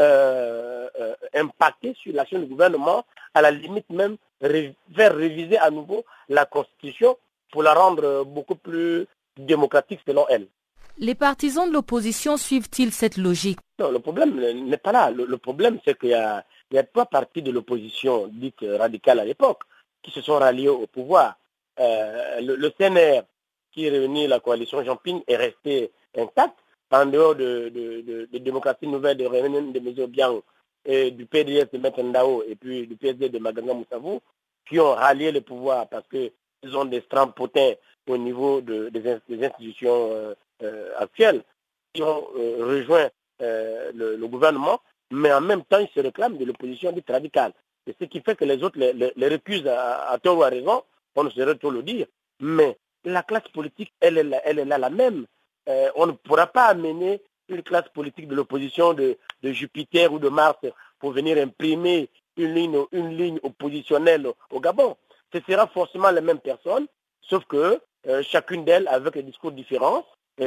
euh, euh, impacter sur l'action du gouvernement, à la limite même ré, faire réviser à nouveau la Constitution pour la rendre beaucoup plus démocratique selon elle. Les partisans de l'opposition suivent-ils cette logique? Non, le problème n'est pas là. Le, le problème, c'est qu'il y a, il y a trois partis de l'opposition dite radicale à l'époque qui se sont ralliés au pouvoir. Euh, le, le C N R, qui réunit la coalition Jean Ping, est resté intact, en dehors de, de, de, de démocratie nouvelle de René de Mezobiang et du P D S de Maître Ndao et puis du P S D de Maganga Moussavou, qui ont rallié le pouvoir parce que ils ont des strampotins au niveau de, des, des institutions euh, euh, actuelles, qui ont euh, rejoint euh, le, le gouvernement, mais en même temps, ils se réclament de l'opposition dite radicale. Et ce qui fait que les autres les, les, les récusent à, à tort ou à raison, on ne saurait trop le dire. Mais la classe politique, elle est là, elle est là la même. Euh, on ne pourra pas amener une classe politique de l'opposition de, de Jupiter ou de Mars pour venir imprimer une ligne, une ligne oppositionnelle au Gabon. Ce sera forcément les mêmes personnes, sauf que euh, chacune d'elles avec des discours différents.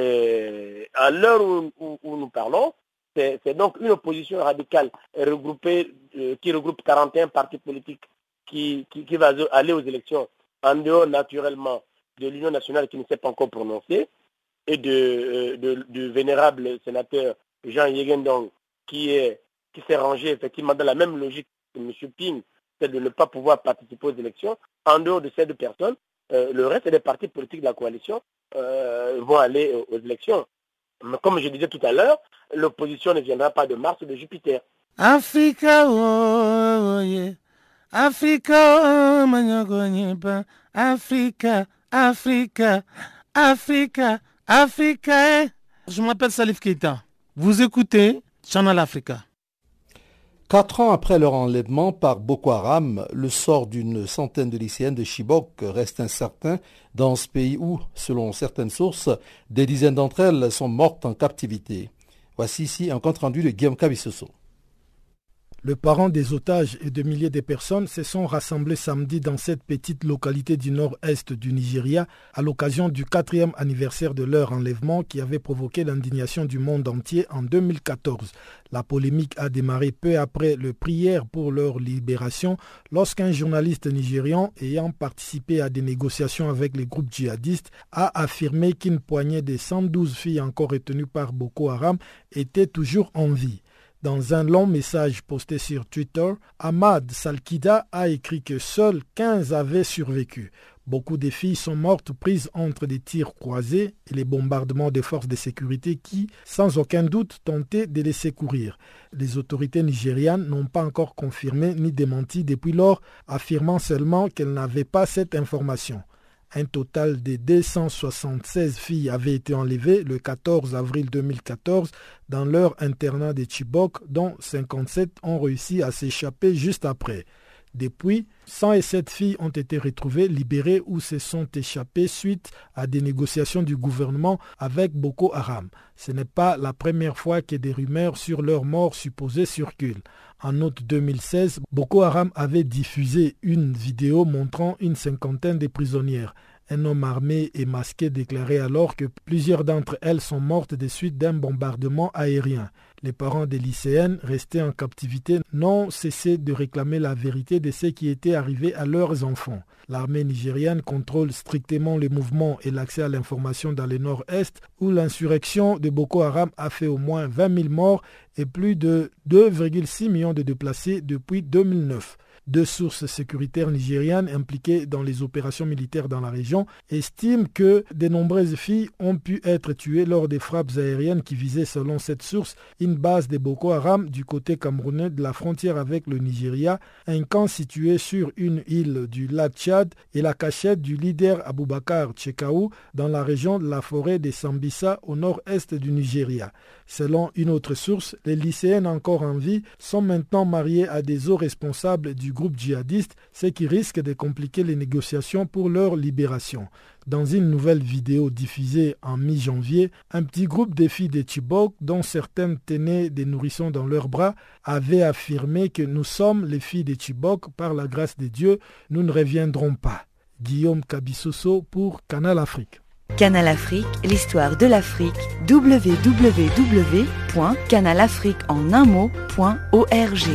Et à l'heure où, où, où nous parlons, c'est, c'est donc une opposition radicale regroupée, euh, qui regroupe quarante et un partis politiques qui, qui, qui va aller aux élections en dehors naturellement de l'Union nationale qui ne s'est pas encore prononcée et de, euh, de, du vénérable sénateur Jean Yegendong qui, est, qui s'est rangé effectivement dans la même logique que M. Ping, c'est de ne pas pouvoir participer aux élections. En dehors de ces deux personnes, euh, le reste des partis politiques de la coalition euh, vont aller aux, aux élections. Mais comme je disais tout à l'heure, l'opposition ne viendra pas de Mars ou de Jupiter. Africa, oh, oh, yeah. Africa, oh, manyogonyiba. Africa, Africa, Africa, Africa. Eh. Je m'appelle Salif Keita. Vous écoutez Channel Africa. Quatre ans après leur enlèvement par Boko Haram, le sort d'une centaine de lycéennes de Chibok reste incertain dans ce pays où, selon certaines sources, des dizaines d'entre elles sont mortes en captivité. Voici ici un compte-rendu de Guillaume Kabissoso. Les parents des otages et de milliers de personnes se sont rassemblés samedi dans cette petite localité du nord-est du Nigeria à l'occasion du quatrième anniversaire de leur enlèvement qui avait provoqué l'indignation du monde entier en deux mille quatorze. La polémique a démarré peu après les prières pour leur libération lorsqu'un journaliste nigérian ayant participé à des négociations avec les groupes djihadistes a affirmé qu'une poignée de cent douze filles encore retenues par Boko Haram étaient toujours en vie. Dans un long message posté sur Twitter, Ahmad Salkida a écrit que seules quinze avaient survécu. Beaucoup de filles sont mortes prises entre des tirs croisés et les bombardements des forces de sécurité qui, sans aucun doute, tentaient de les secourir. Les autorités nigérianes n'ont pas encore confirmé ni démenti depuis lors, affirmant seulement qu'elles n'avaient pas cette information. Un total de deux cent soixante-seize filles avaient été enlevées le quatorze avril deux mille quatorze dans leur internat de Chibok, dont cinquante-sept ont réussi à s'échapper juste après. Depuis, cent sept filles ont été retrouvées, libérées ou se sont échappées suite à des négociations du gouvernement avec Boko Haram. Ce n'est pas la première fois que des rumeurs sur leur mort supposée circulent. En août deux mille seize, Boko Haram avait diffusé une vidéo montrant une cinquantaine de prisonnières. Un homme armé et masqué déclarait alors que plusieurs d'entre elles sont mortes des suites d'un bombardement aérien. Les parents des lycéennes restés en captivité n'ont cessé de réclamer la vérité de ce qui était arrivé à leurs enfants. L'armée nigériane contrôle strictement les mouvements et l'accès à l'information dans le nord-est où l'insurrection de Boko Haram a fait au moins vingt mille morts et plus de deux virgule six millions de déplacés depuis deux mille neuf. Deux sources sécuritaires nigérianes impliquées dans les opérations militaires dans la région estiment que de nombreuses filles ont pu être tuées lors des frappes aériennes qui visaient, selon cette source, une base de Boko Haram du côté camerounais de la frontière avec le Nigeria, un camp situé sur une île du lac Tchad et la cachette du leader Aboubakar Tchekaou dans la région de la forêt de Sambisa au nord-est du Nigeria. Selon une autre source, les lycéennes encore en vie sont maintenant mariées à des hauts responsables du groupe djihadiste, ce qui risque de compliquer les négociations pour leur libération. Dans une nouvelle vidéo diffusée en mi-janvier, un petit groupe de filles de Chibok, dont certaines tenaient des nourrissons dans leurs bras, avait affirmé que nous sommes les filles de Chibok, par la grâce de Dieu, nous ne reviendrons pas. Guillaume Kabissoso pour Canal Afrique. Canal Afrique, l'histoire de l'Afrique, w w w point canal afrique en un mot point org.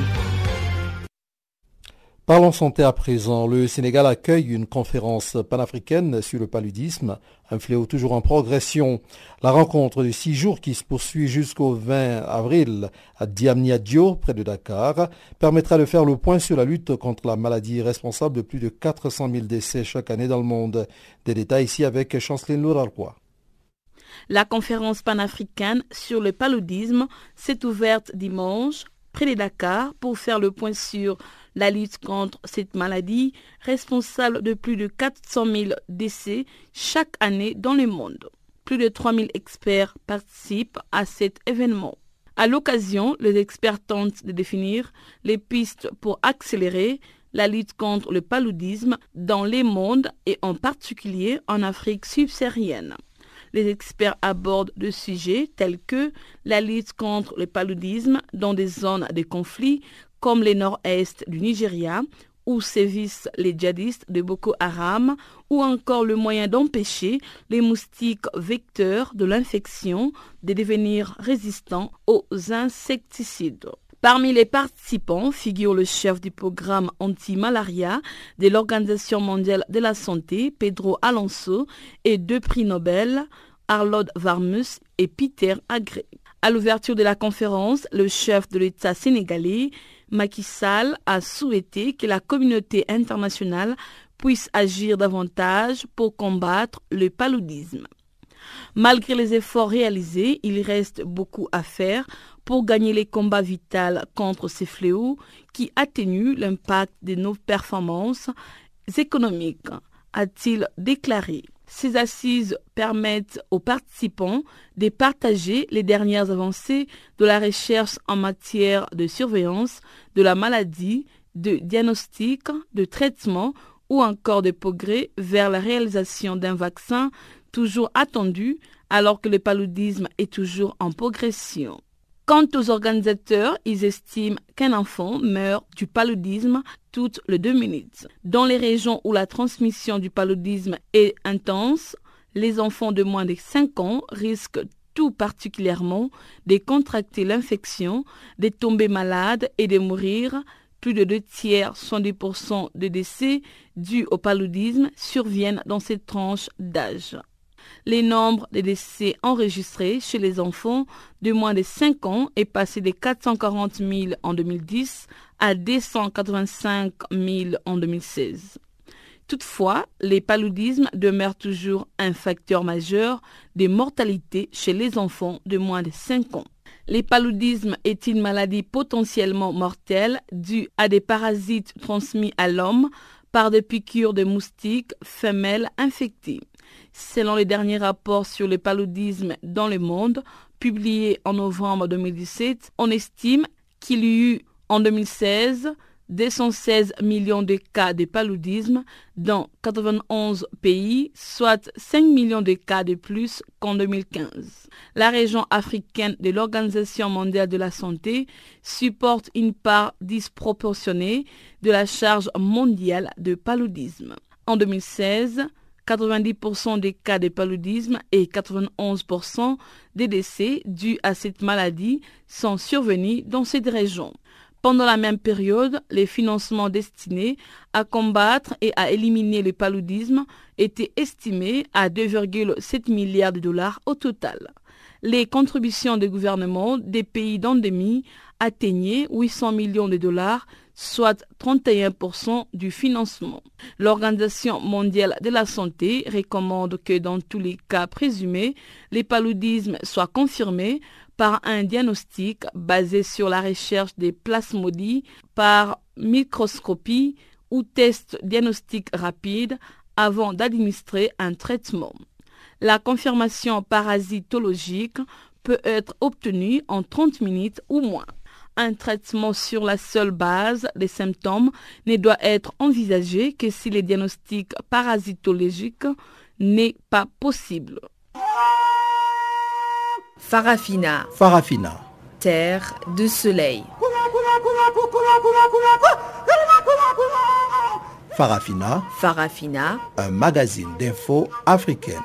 Parlons santé à présent. Le Sénégal accueille une conférence panafricaine sur le paludisme, un fléau toujours en progression. La rencontre de six jours qui se poursuit jusqu'au vingt avril à Diamniadio, près de Dakar, permettra de faire le point sur la lutte contre la maladie responsable de plus de quatre cent mille décès chaque année dans le monde. Des détails ici avec Chanceline Lourarquois. La conférence panafricaine sur le paludisme s'est ouverte dimanche près de Dakar pour faire le point sur la lutte contre cette maladie responsable de plus de quatre cent mille décès chaque année dans le monde. Plus de trois mille experts participent à cet événement. À l'occasion, les experts tentent de définir les pistes pour accélérer la lutte contre le paludisme dans les mondes et en particulier en Afrique subsaharienne. Les experts abordent des sujets tels que la lutte contre le paludisme dans des zones de conflit comme le nord-est du Nigeria, où sévissent les djihadistes de Boko Haram, ou encore le moyen d'empêcher les moustiques vecteurs de l'infection de devenir résistants aux insecticides. Parmi les participants figure le chef du programme anti-malaria de l'Organisation mondiale de la santé, Pedro Alonso, et deux prix Nobel, Arlod Varmus et Peter Agré. À l'ouverture de la conférence, le chef de l'État sénégalais, Macky Sall, a souhaité que la communauté internationale puissent agir davantage pour combattre le paludisme. Malgré les efforts réalisés, il reste beaucoup à faire pour gagner les combats vitaux contre ces fléaux qui atténuent l'impact de nos performances économiques, a-t-il déclaré. Ces assises permettent aux participants de partager les dernières avancées de la recherche en matière de surveillance de la maladie, de diagnostic, de traitement ou encore de progrès vers la réalisation d'un vaccin toujours attendu alors que le paludisme est toujours en progression. Quant aux organisateurs, ils estiment qu'un enfant meurt du paludisme toutes les deux minutes. Dans les régions où la transmission du paludisme est intense, les enfants de moins de cinq ans risquent tout particulièrement de contracter l'infection, de tomber malades et de mourir. Plus de deux tiers, soixante-dix pour cent des décès dus au paludisme surviennent dans cette tranche d'âge. Le nombre de décès enregistrés chez les enfants de moins de cinq ans est passé de quatre cent quarante mille en deux mille dix à deux cent quatre-vingt-cinq mille en deux mille seize. Toutefois, le paludisme demeure toujours un facteur majeur de mortalité chez les enfants de moins de cinq ans. Le paludisme est une maladie potentiellement mortelle due à des parasites transmis à l'homme par des piqûres de moustiques femelles infectées. Selon les derniers rapports sur le paludisme dans le monde, publiés en novembre deux mille dix-sept, on estime qu'il y eut en deux mille seize deux cent seize millions de cas de paludisme dans quatre-vingt-onze pays, soit cinq millions de cas de plus qu'en deux mille quinze. La région africaine de l'Organisation mondiale de la santé supporte une part disproportionnée de la charge mondiale de paludisme. En deux mille seize, quatre-vingt-dix pour cent des cas de paludisme et quatre-vingt-onze pour cent des décès dus à cette maladie sont survenus dans cette région. Pendant la même période, les financements destinés à combattre et à éliminer le paludisme étaient estimés à deux virgule sept milliards de dollars au total. Les contributions des gouvernements des pays d'endémie atteignaient huit cents millions de dollars, soit trente et un pour cent du financement. L'Organisation mondiale de la santé recommande que dans tous les cas présumés, le paludisme soit confirmé par un diagnostic basé sur la recherche des plasmodies par microscopie ou test diagnostic rapide avant d'administrer un traitement. La confirmation parasitologique peut être obtenue en trente minutes ou moins. Un traitement sur la seule base des symptômes ne doit être envisagé que si le diagnostic parasitologique n'est pas possible. Farafina. Farafina. Terre de soleil. Farafina. Farafina. Un magazine d'infos africaine.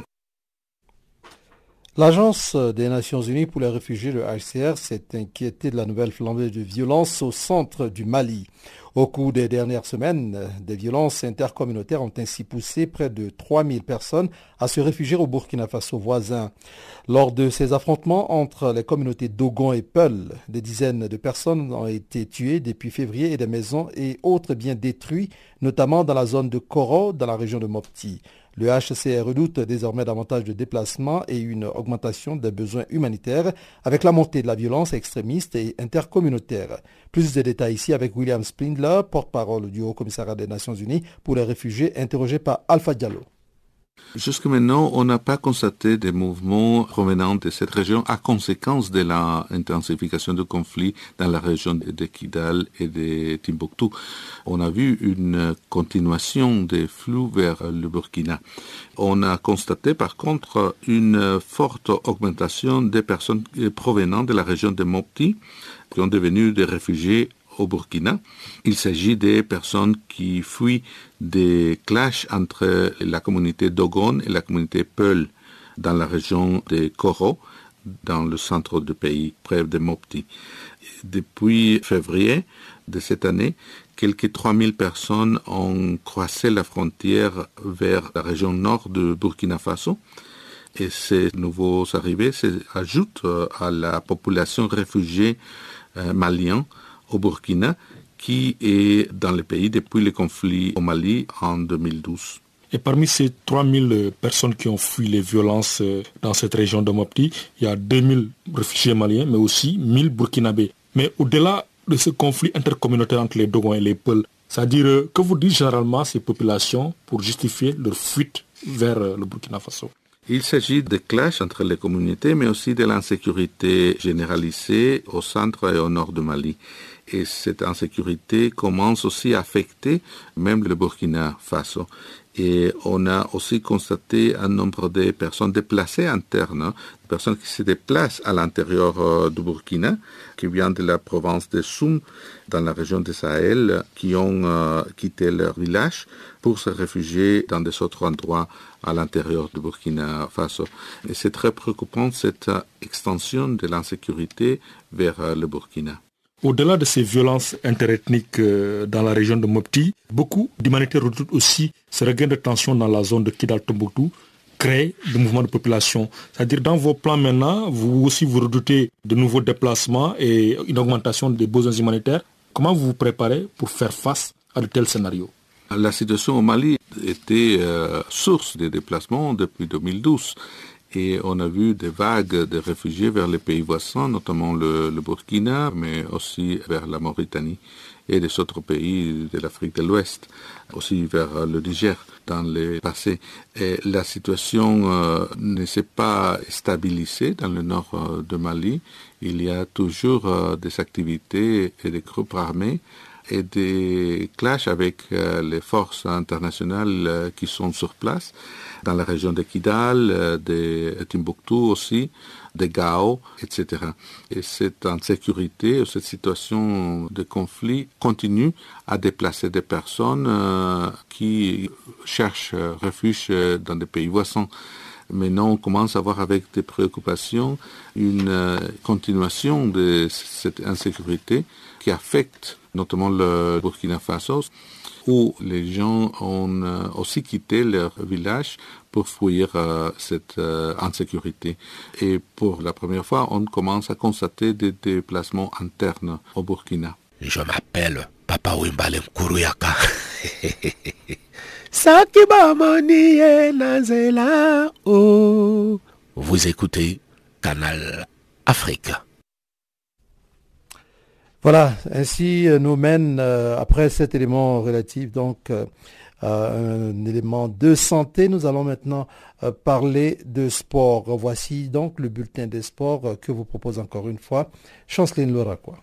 L'Agence des Nations Unies pour les réfugiés, le H C R, s'est inquiétée de la nouvelle flambée de violence au centre du Mali. Au cours des dernières semaines, des violences intercommunautaires ont ainsi poussé près de trois mille personnes à se réfugier au Burkina Faso voisin. Lors de ces affrontements entre les communautés Dogon et Peul, des dizaines de personnes ont été tuées depuis février et des maisons et autres biens détruits, notamment dans la zone de Koro, dans la région de Mopti. Le H C R redoute désormais davantage de déplacements et une augmentation des besoins humanitaires avec la montée de la violence extrémiste et intercommunautaire. Plus de détails ici avec William Spindler, porte-parole du Haut-Commissariat des Nations Unies pour les réfugiés, interrogé par Alpha Diallo. Jusque maintenant, on n'a pas constaté des mouvements provenant de cette région à conséquence de l'intensification du conflit dans la région de Kidal et de Timbuktu. On a vu une continuation des flux vers le Burkina. On a constaté par contre une forte augmentation des personnes provenant de la région de Mopti qui ont devenu des réfugiés au Burkina. Il s'agit des personnes qui fuient des clashs entre la communauté Dogon et la communauté Peul dans la région de Koro, dans le centre du pays, près de Mopti. Depuis février de cette année, quelques trois mille personnes ont croisé la frontière vers la région nord de Burkina Faso. Et ces nouveaux arrivés s'ajoutent à la population réfugiée malienne au Burkina, qui est dans le pays depuis le conflit au Mali en deux mille douze. Et parmi ces trois mille personnes qui ont fui les violences dans cette région de Mopti, il y a deux mille réfugiés maliens, mais aussi mille burkinabés. Mais au-delà de ce conflit intercommunautaire entre les Dogons et les Peuls, c'est-à-dire que vous dites généralement ces populations pour justifier leur fuite vers le Burkina Faso? Il s'agit de clashs entre les communautés, mais aussi de l'insécurité généralisée au centre et au nord du Mali. Et cette insécurité commence aussi à affecter même le Burkina Faso. Et on a aussi constaté un nombre de personnes déplacées internes, des personnes qui se déplacent à l'intérieur euh, du Burkina, qui viennent de la province de Soum, dans la région de Sahel, qui ont euh, quitté leur village pour se réfugier dans des autres endroits à l'intérieur du Burkina Faso. Et c'est très préoccupant cette euh, extension de l'insécurité vers euh, le Burkina. Au-delà de ces violences interethniques dans la région de Mopti, beaucoup d'humanitaires redoutent aussi ce regain de tension dans la zone de Kidal-Tombouctou, créer des mouvements de population. C'est-à-dire dans vos plans maintenant, vous aussi vous redoutez de nouveaux déplacements et une augmentation des besoins humanitaires. Comment vous vous préparez pour faire face à de tels scénarios? La situation au Mali était euh, source de déplacements depuis deux mille douze. Et on a vu des vagues de réfugiés vers les pays voisins, notamment le, le Burkina, mais aussi vers la Mauritanie et des autres pays de l'Afrique de l'Ouest, aussi vers le Niger dans le passé. Et la situation euh, ne s'est pas stabilisée dans le nord euh, de Mali. Il y a toujours euh, des activités et des groupes armés et des clashs avec euh, les forces internationales euh, qui sont sur place, dans la région de Kidal, euh, de Timbuktu aussi, de Gao, et cetera. Et cette insécurité, cette situation de conflit continue à déplacer des personnes euh, qui cherchent refuge dans des pays voisins. Maintenant, on commence à voir avec des préoccupations une euh, continuation de cette insécurité qui affecte notamment le Burkina Faso, où les gens ont euh, aussi quitté leur village pour fuir euh, cette euh, insécurité. Et pour la première fois, on commence à constater des déplacements internes au Burkina. Je m'appelle Papa Wimbale Nkuruyaka. Vous écoutez Canal Afrique. Voilà, ainsi nous mène, euh, après cet élément relatif, donc euh, un élément de santé, nous allons maintenant euh, parler de sport. Voici donc le bulletin des sports euh, que vous propose encore une fois Chanceline Loraquois.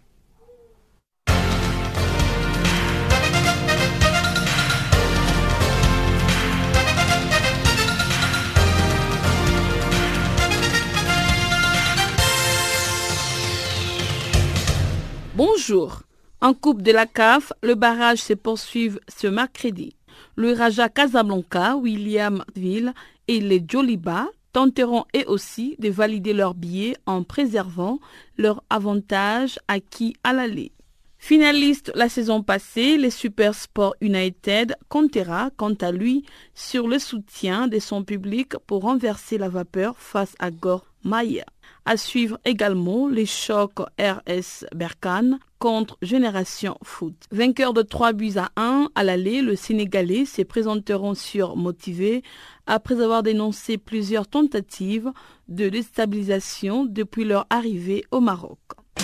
Bonjour. En Coupe de la C A F, le barrage se poursuit ce mercredi. Le Raja Casablanca, Williamsville et les Djoliba tenteront eux aussi de valider leurs billets en préservant leur avantage acquis à l'aller. Finaliste la saison passée, le Super Sport United comptera quant à lui sur le soutien de son public pour renverser la vapeur face à Gor Mahia. À suivre également les chocs R S Berkane contre Génération Foot. Vainqueur de trois buts à un à l'aller, le Sénégalais se présenteront surmotivés après avoir dénoncé plusieurs tentatives de déstabilisation depuis leur arrivée au Maroc.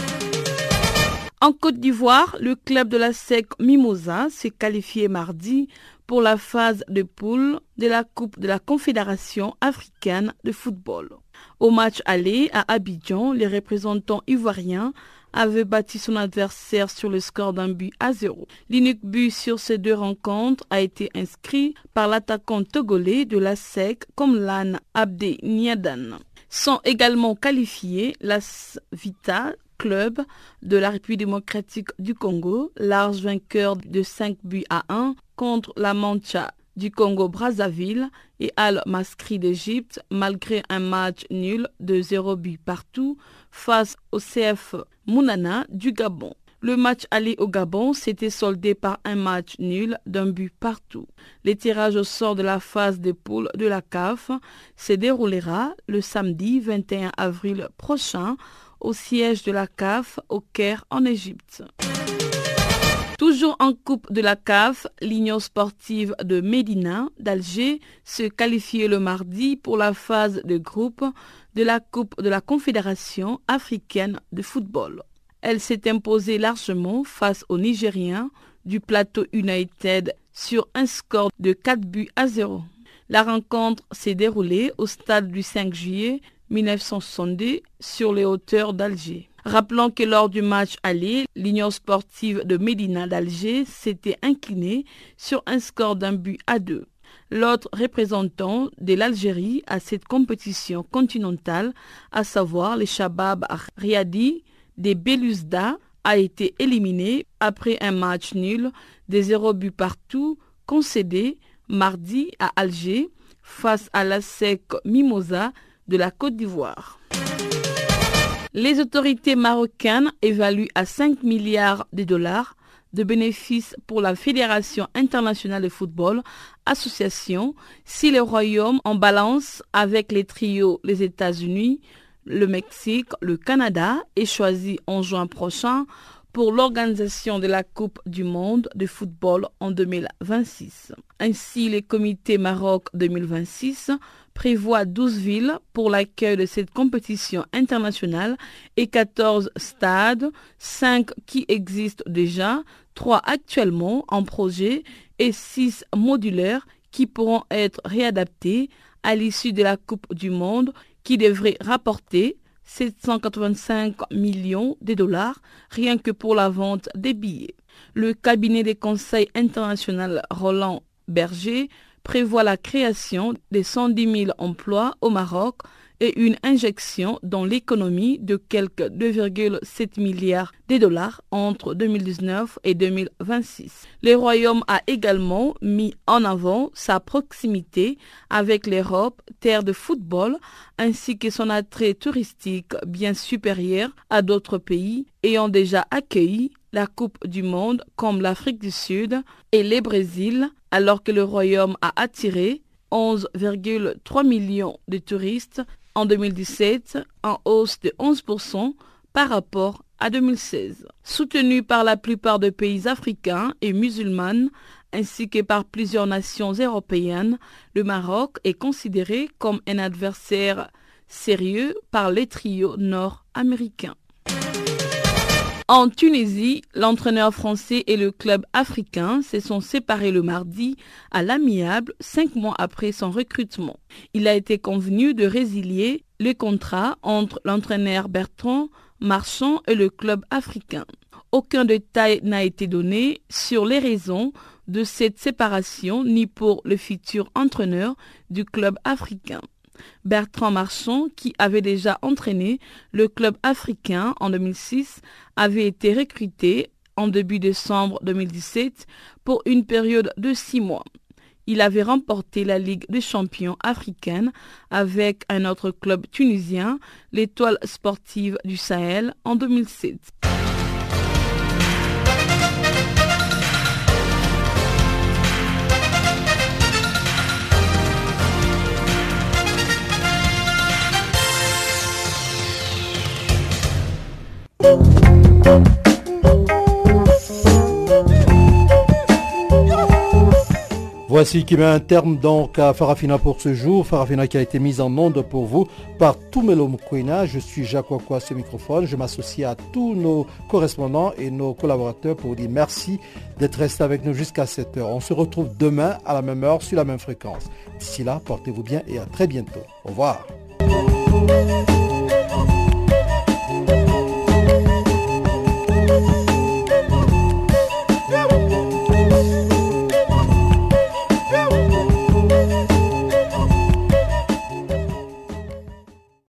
En Côte d'Ivoire, le club de la S E C Mimosa s'est qualifié mardi pour la phase de poule de la Coupe de la Confédération africaine de football. Au match aller à Abidjan, les représentants ivoiriens avaient battu son adversaire sur le score d'un but à zéro. L'unique but sur ces deux rencontres a été inscrit par l'attaquant togolais de la S E C, Komlan Abde Niadan. Sont également qualifiés l'As Vita Club de la République démocratique du Congo, large vainqueur de cinq buts à un contre la Mancha du Congo-Brazzaville et Al-Masri d'Égypte, malgré un match nul de zéro but partout face au C F Mounana du Gabon. Le match aller au Gabon s'était soldé par un match nul d'un but partout. Le tirage au sort de la phase de poule de la C A F se déroulera le samedi vingt et un avril prochain au siège de la C A F au Caire en Égypte. Toujours en Coupe de la C A F, l'Union sportive de Médina d'Alger se qualifiait le mardi pour la phase de groupe de la Coupe de la Confédération africaine de football. Elle s'est imposée largement face aux Nigériens du Plateau United sur un score de quatre buts à zéro. La rencontre s'est déroulée au stade du cinq juillet mille neuf cent soixante-deux sur les hauteurs d'Alger. Rappelons que lors du match aller, l'Union sportive de Médina d'Alger s'était inclinée sur un score d'un but à deux. L'autre représentant de l'Algérie à cette compétition continentale, à savoir les Shabab Riadi des Belusda, a été éliminé après un match nul de zéro but partout concédé mardi à Alger face à l'A S E C Mimosa de la Côte d'Ivoire. Les autorités marocaines évaluent à cinq milliards de dollars de bénéfices pour la Fédération internationale de football, association, si le Royaume en balance avec les trios les États-Unis, le Mexique, le Canada est choisi en juin prochain pour l'organisation de la Coupe du monde de football en deux mille vingt-six. Ainsi, le comité Maroc deux mille vingt-six prévoit douze villes pour l'accueil de cette compétition internationale et quatorze stades, cinq qui existent déjà, trois actuellement en projet et six modulaires qui pourront être réadaptés à l'issue de la Coupe du monde qui devrait rapporter sept cent quatre-vingt-cinq millions de dollars rien que pour la vente des billets. Le cabinet des conseils international Roland Berger prévoit la création de cent dix mille emplois au Maroc et une injection dans l'économie de quelques deux virgule sept milliards de dollars entre deux mille dix-neuf et deux mille vingt-six. Le Royaume a également mis en avant sa proximité avec l'Europe, terre de football, ainsi que son attrait touristique bien supérieur à d'autres pays ayant déjà accueilli la Coupe du monde comme l'Afrique du Sud et le Brésil, alors que le Royaume a attiré onze virgule trois millions de touristes en deux mille dix-sept, en hausse de onze pour cent par rapport à deux mille seize. Soutenu par la plupart des pays africains et musulmans, ainsi que par plusieurs nations européennes, le Maroc est considéré comme un adversaire sérieux par les trios nord-américains. En Tunisie, l'entraîneur français et le club africain se sont séparés le mardi à l'amiable, cinq mois après son recrutement. Il a été convenu de résilier le contrat entre l'entraîneur Bertrand Marchand et le club africain. Aucun détail n'a été donné sur les raisons de cette séparation ni pour le futur entraîneur du club africain. Bertrand Marchand, qui avait déjà entraîné le club africain en deux mille six, avait été recruté en début décembre deux mille dix-sept pour une période de six mois. Il avait remporté la Ligue des champions africaine avec un autre club tunisien, l'Étoile sportive du Sahel, en deux mille sept. Voici qui met un terme donc à Farafina pour ce jour. Farafina qui a été mise en onde pour vous par Toumelo Mkwena. Je suis Jacques Wakwa à ce microphone. Je m'associe à tous nos correspondants et nos collaborateurs pour vous dire merci d'être restés avec nous jusqu'à cette heure. On se retrouve demain à la même heure sur la même fréquence. D'ici là, portez-vous bien et à très bientôt. Au revoir.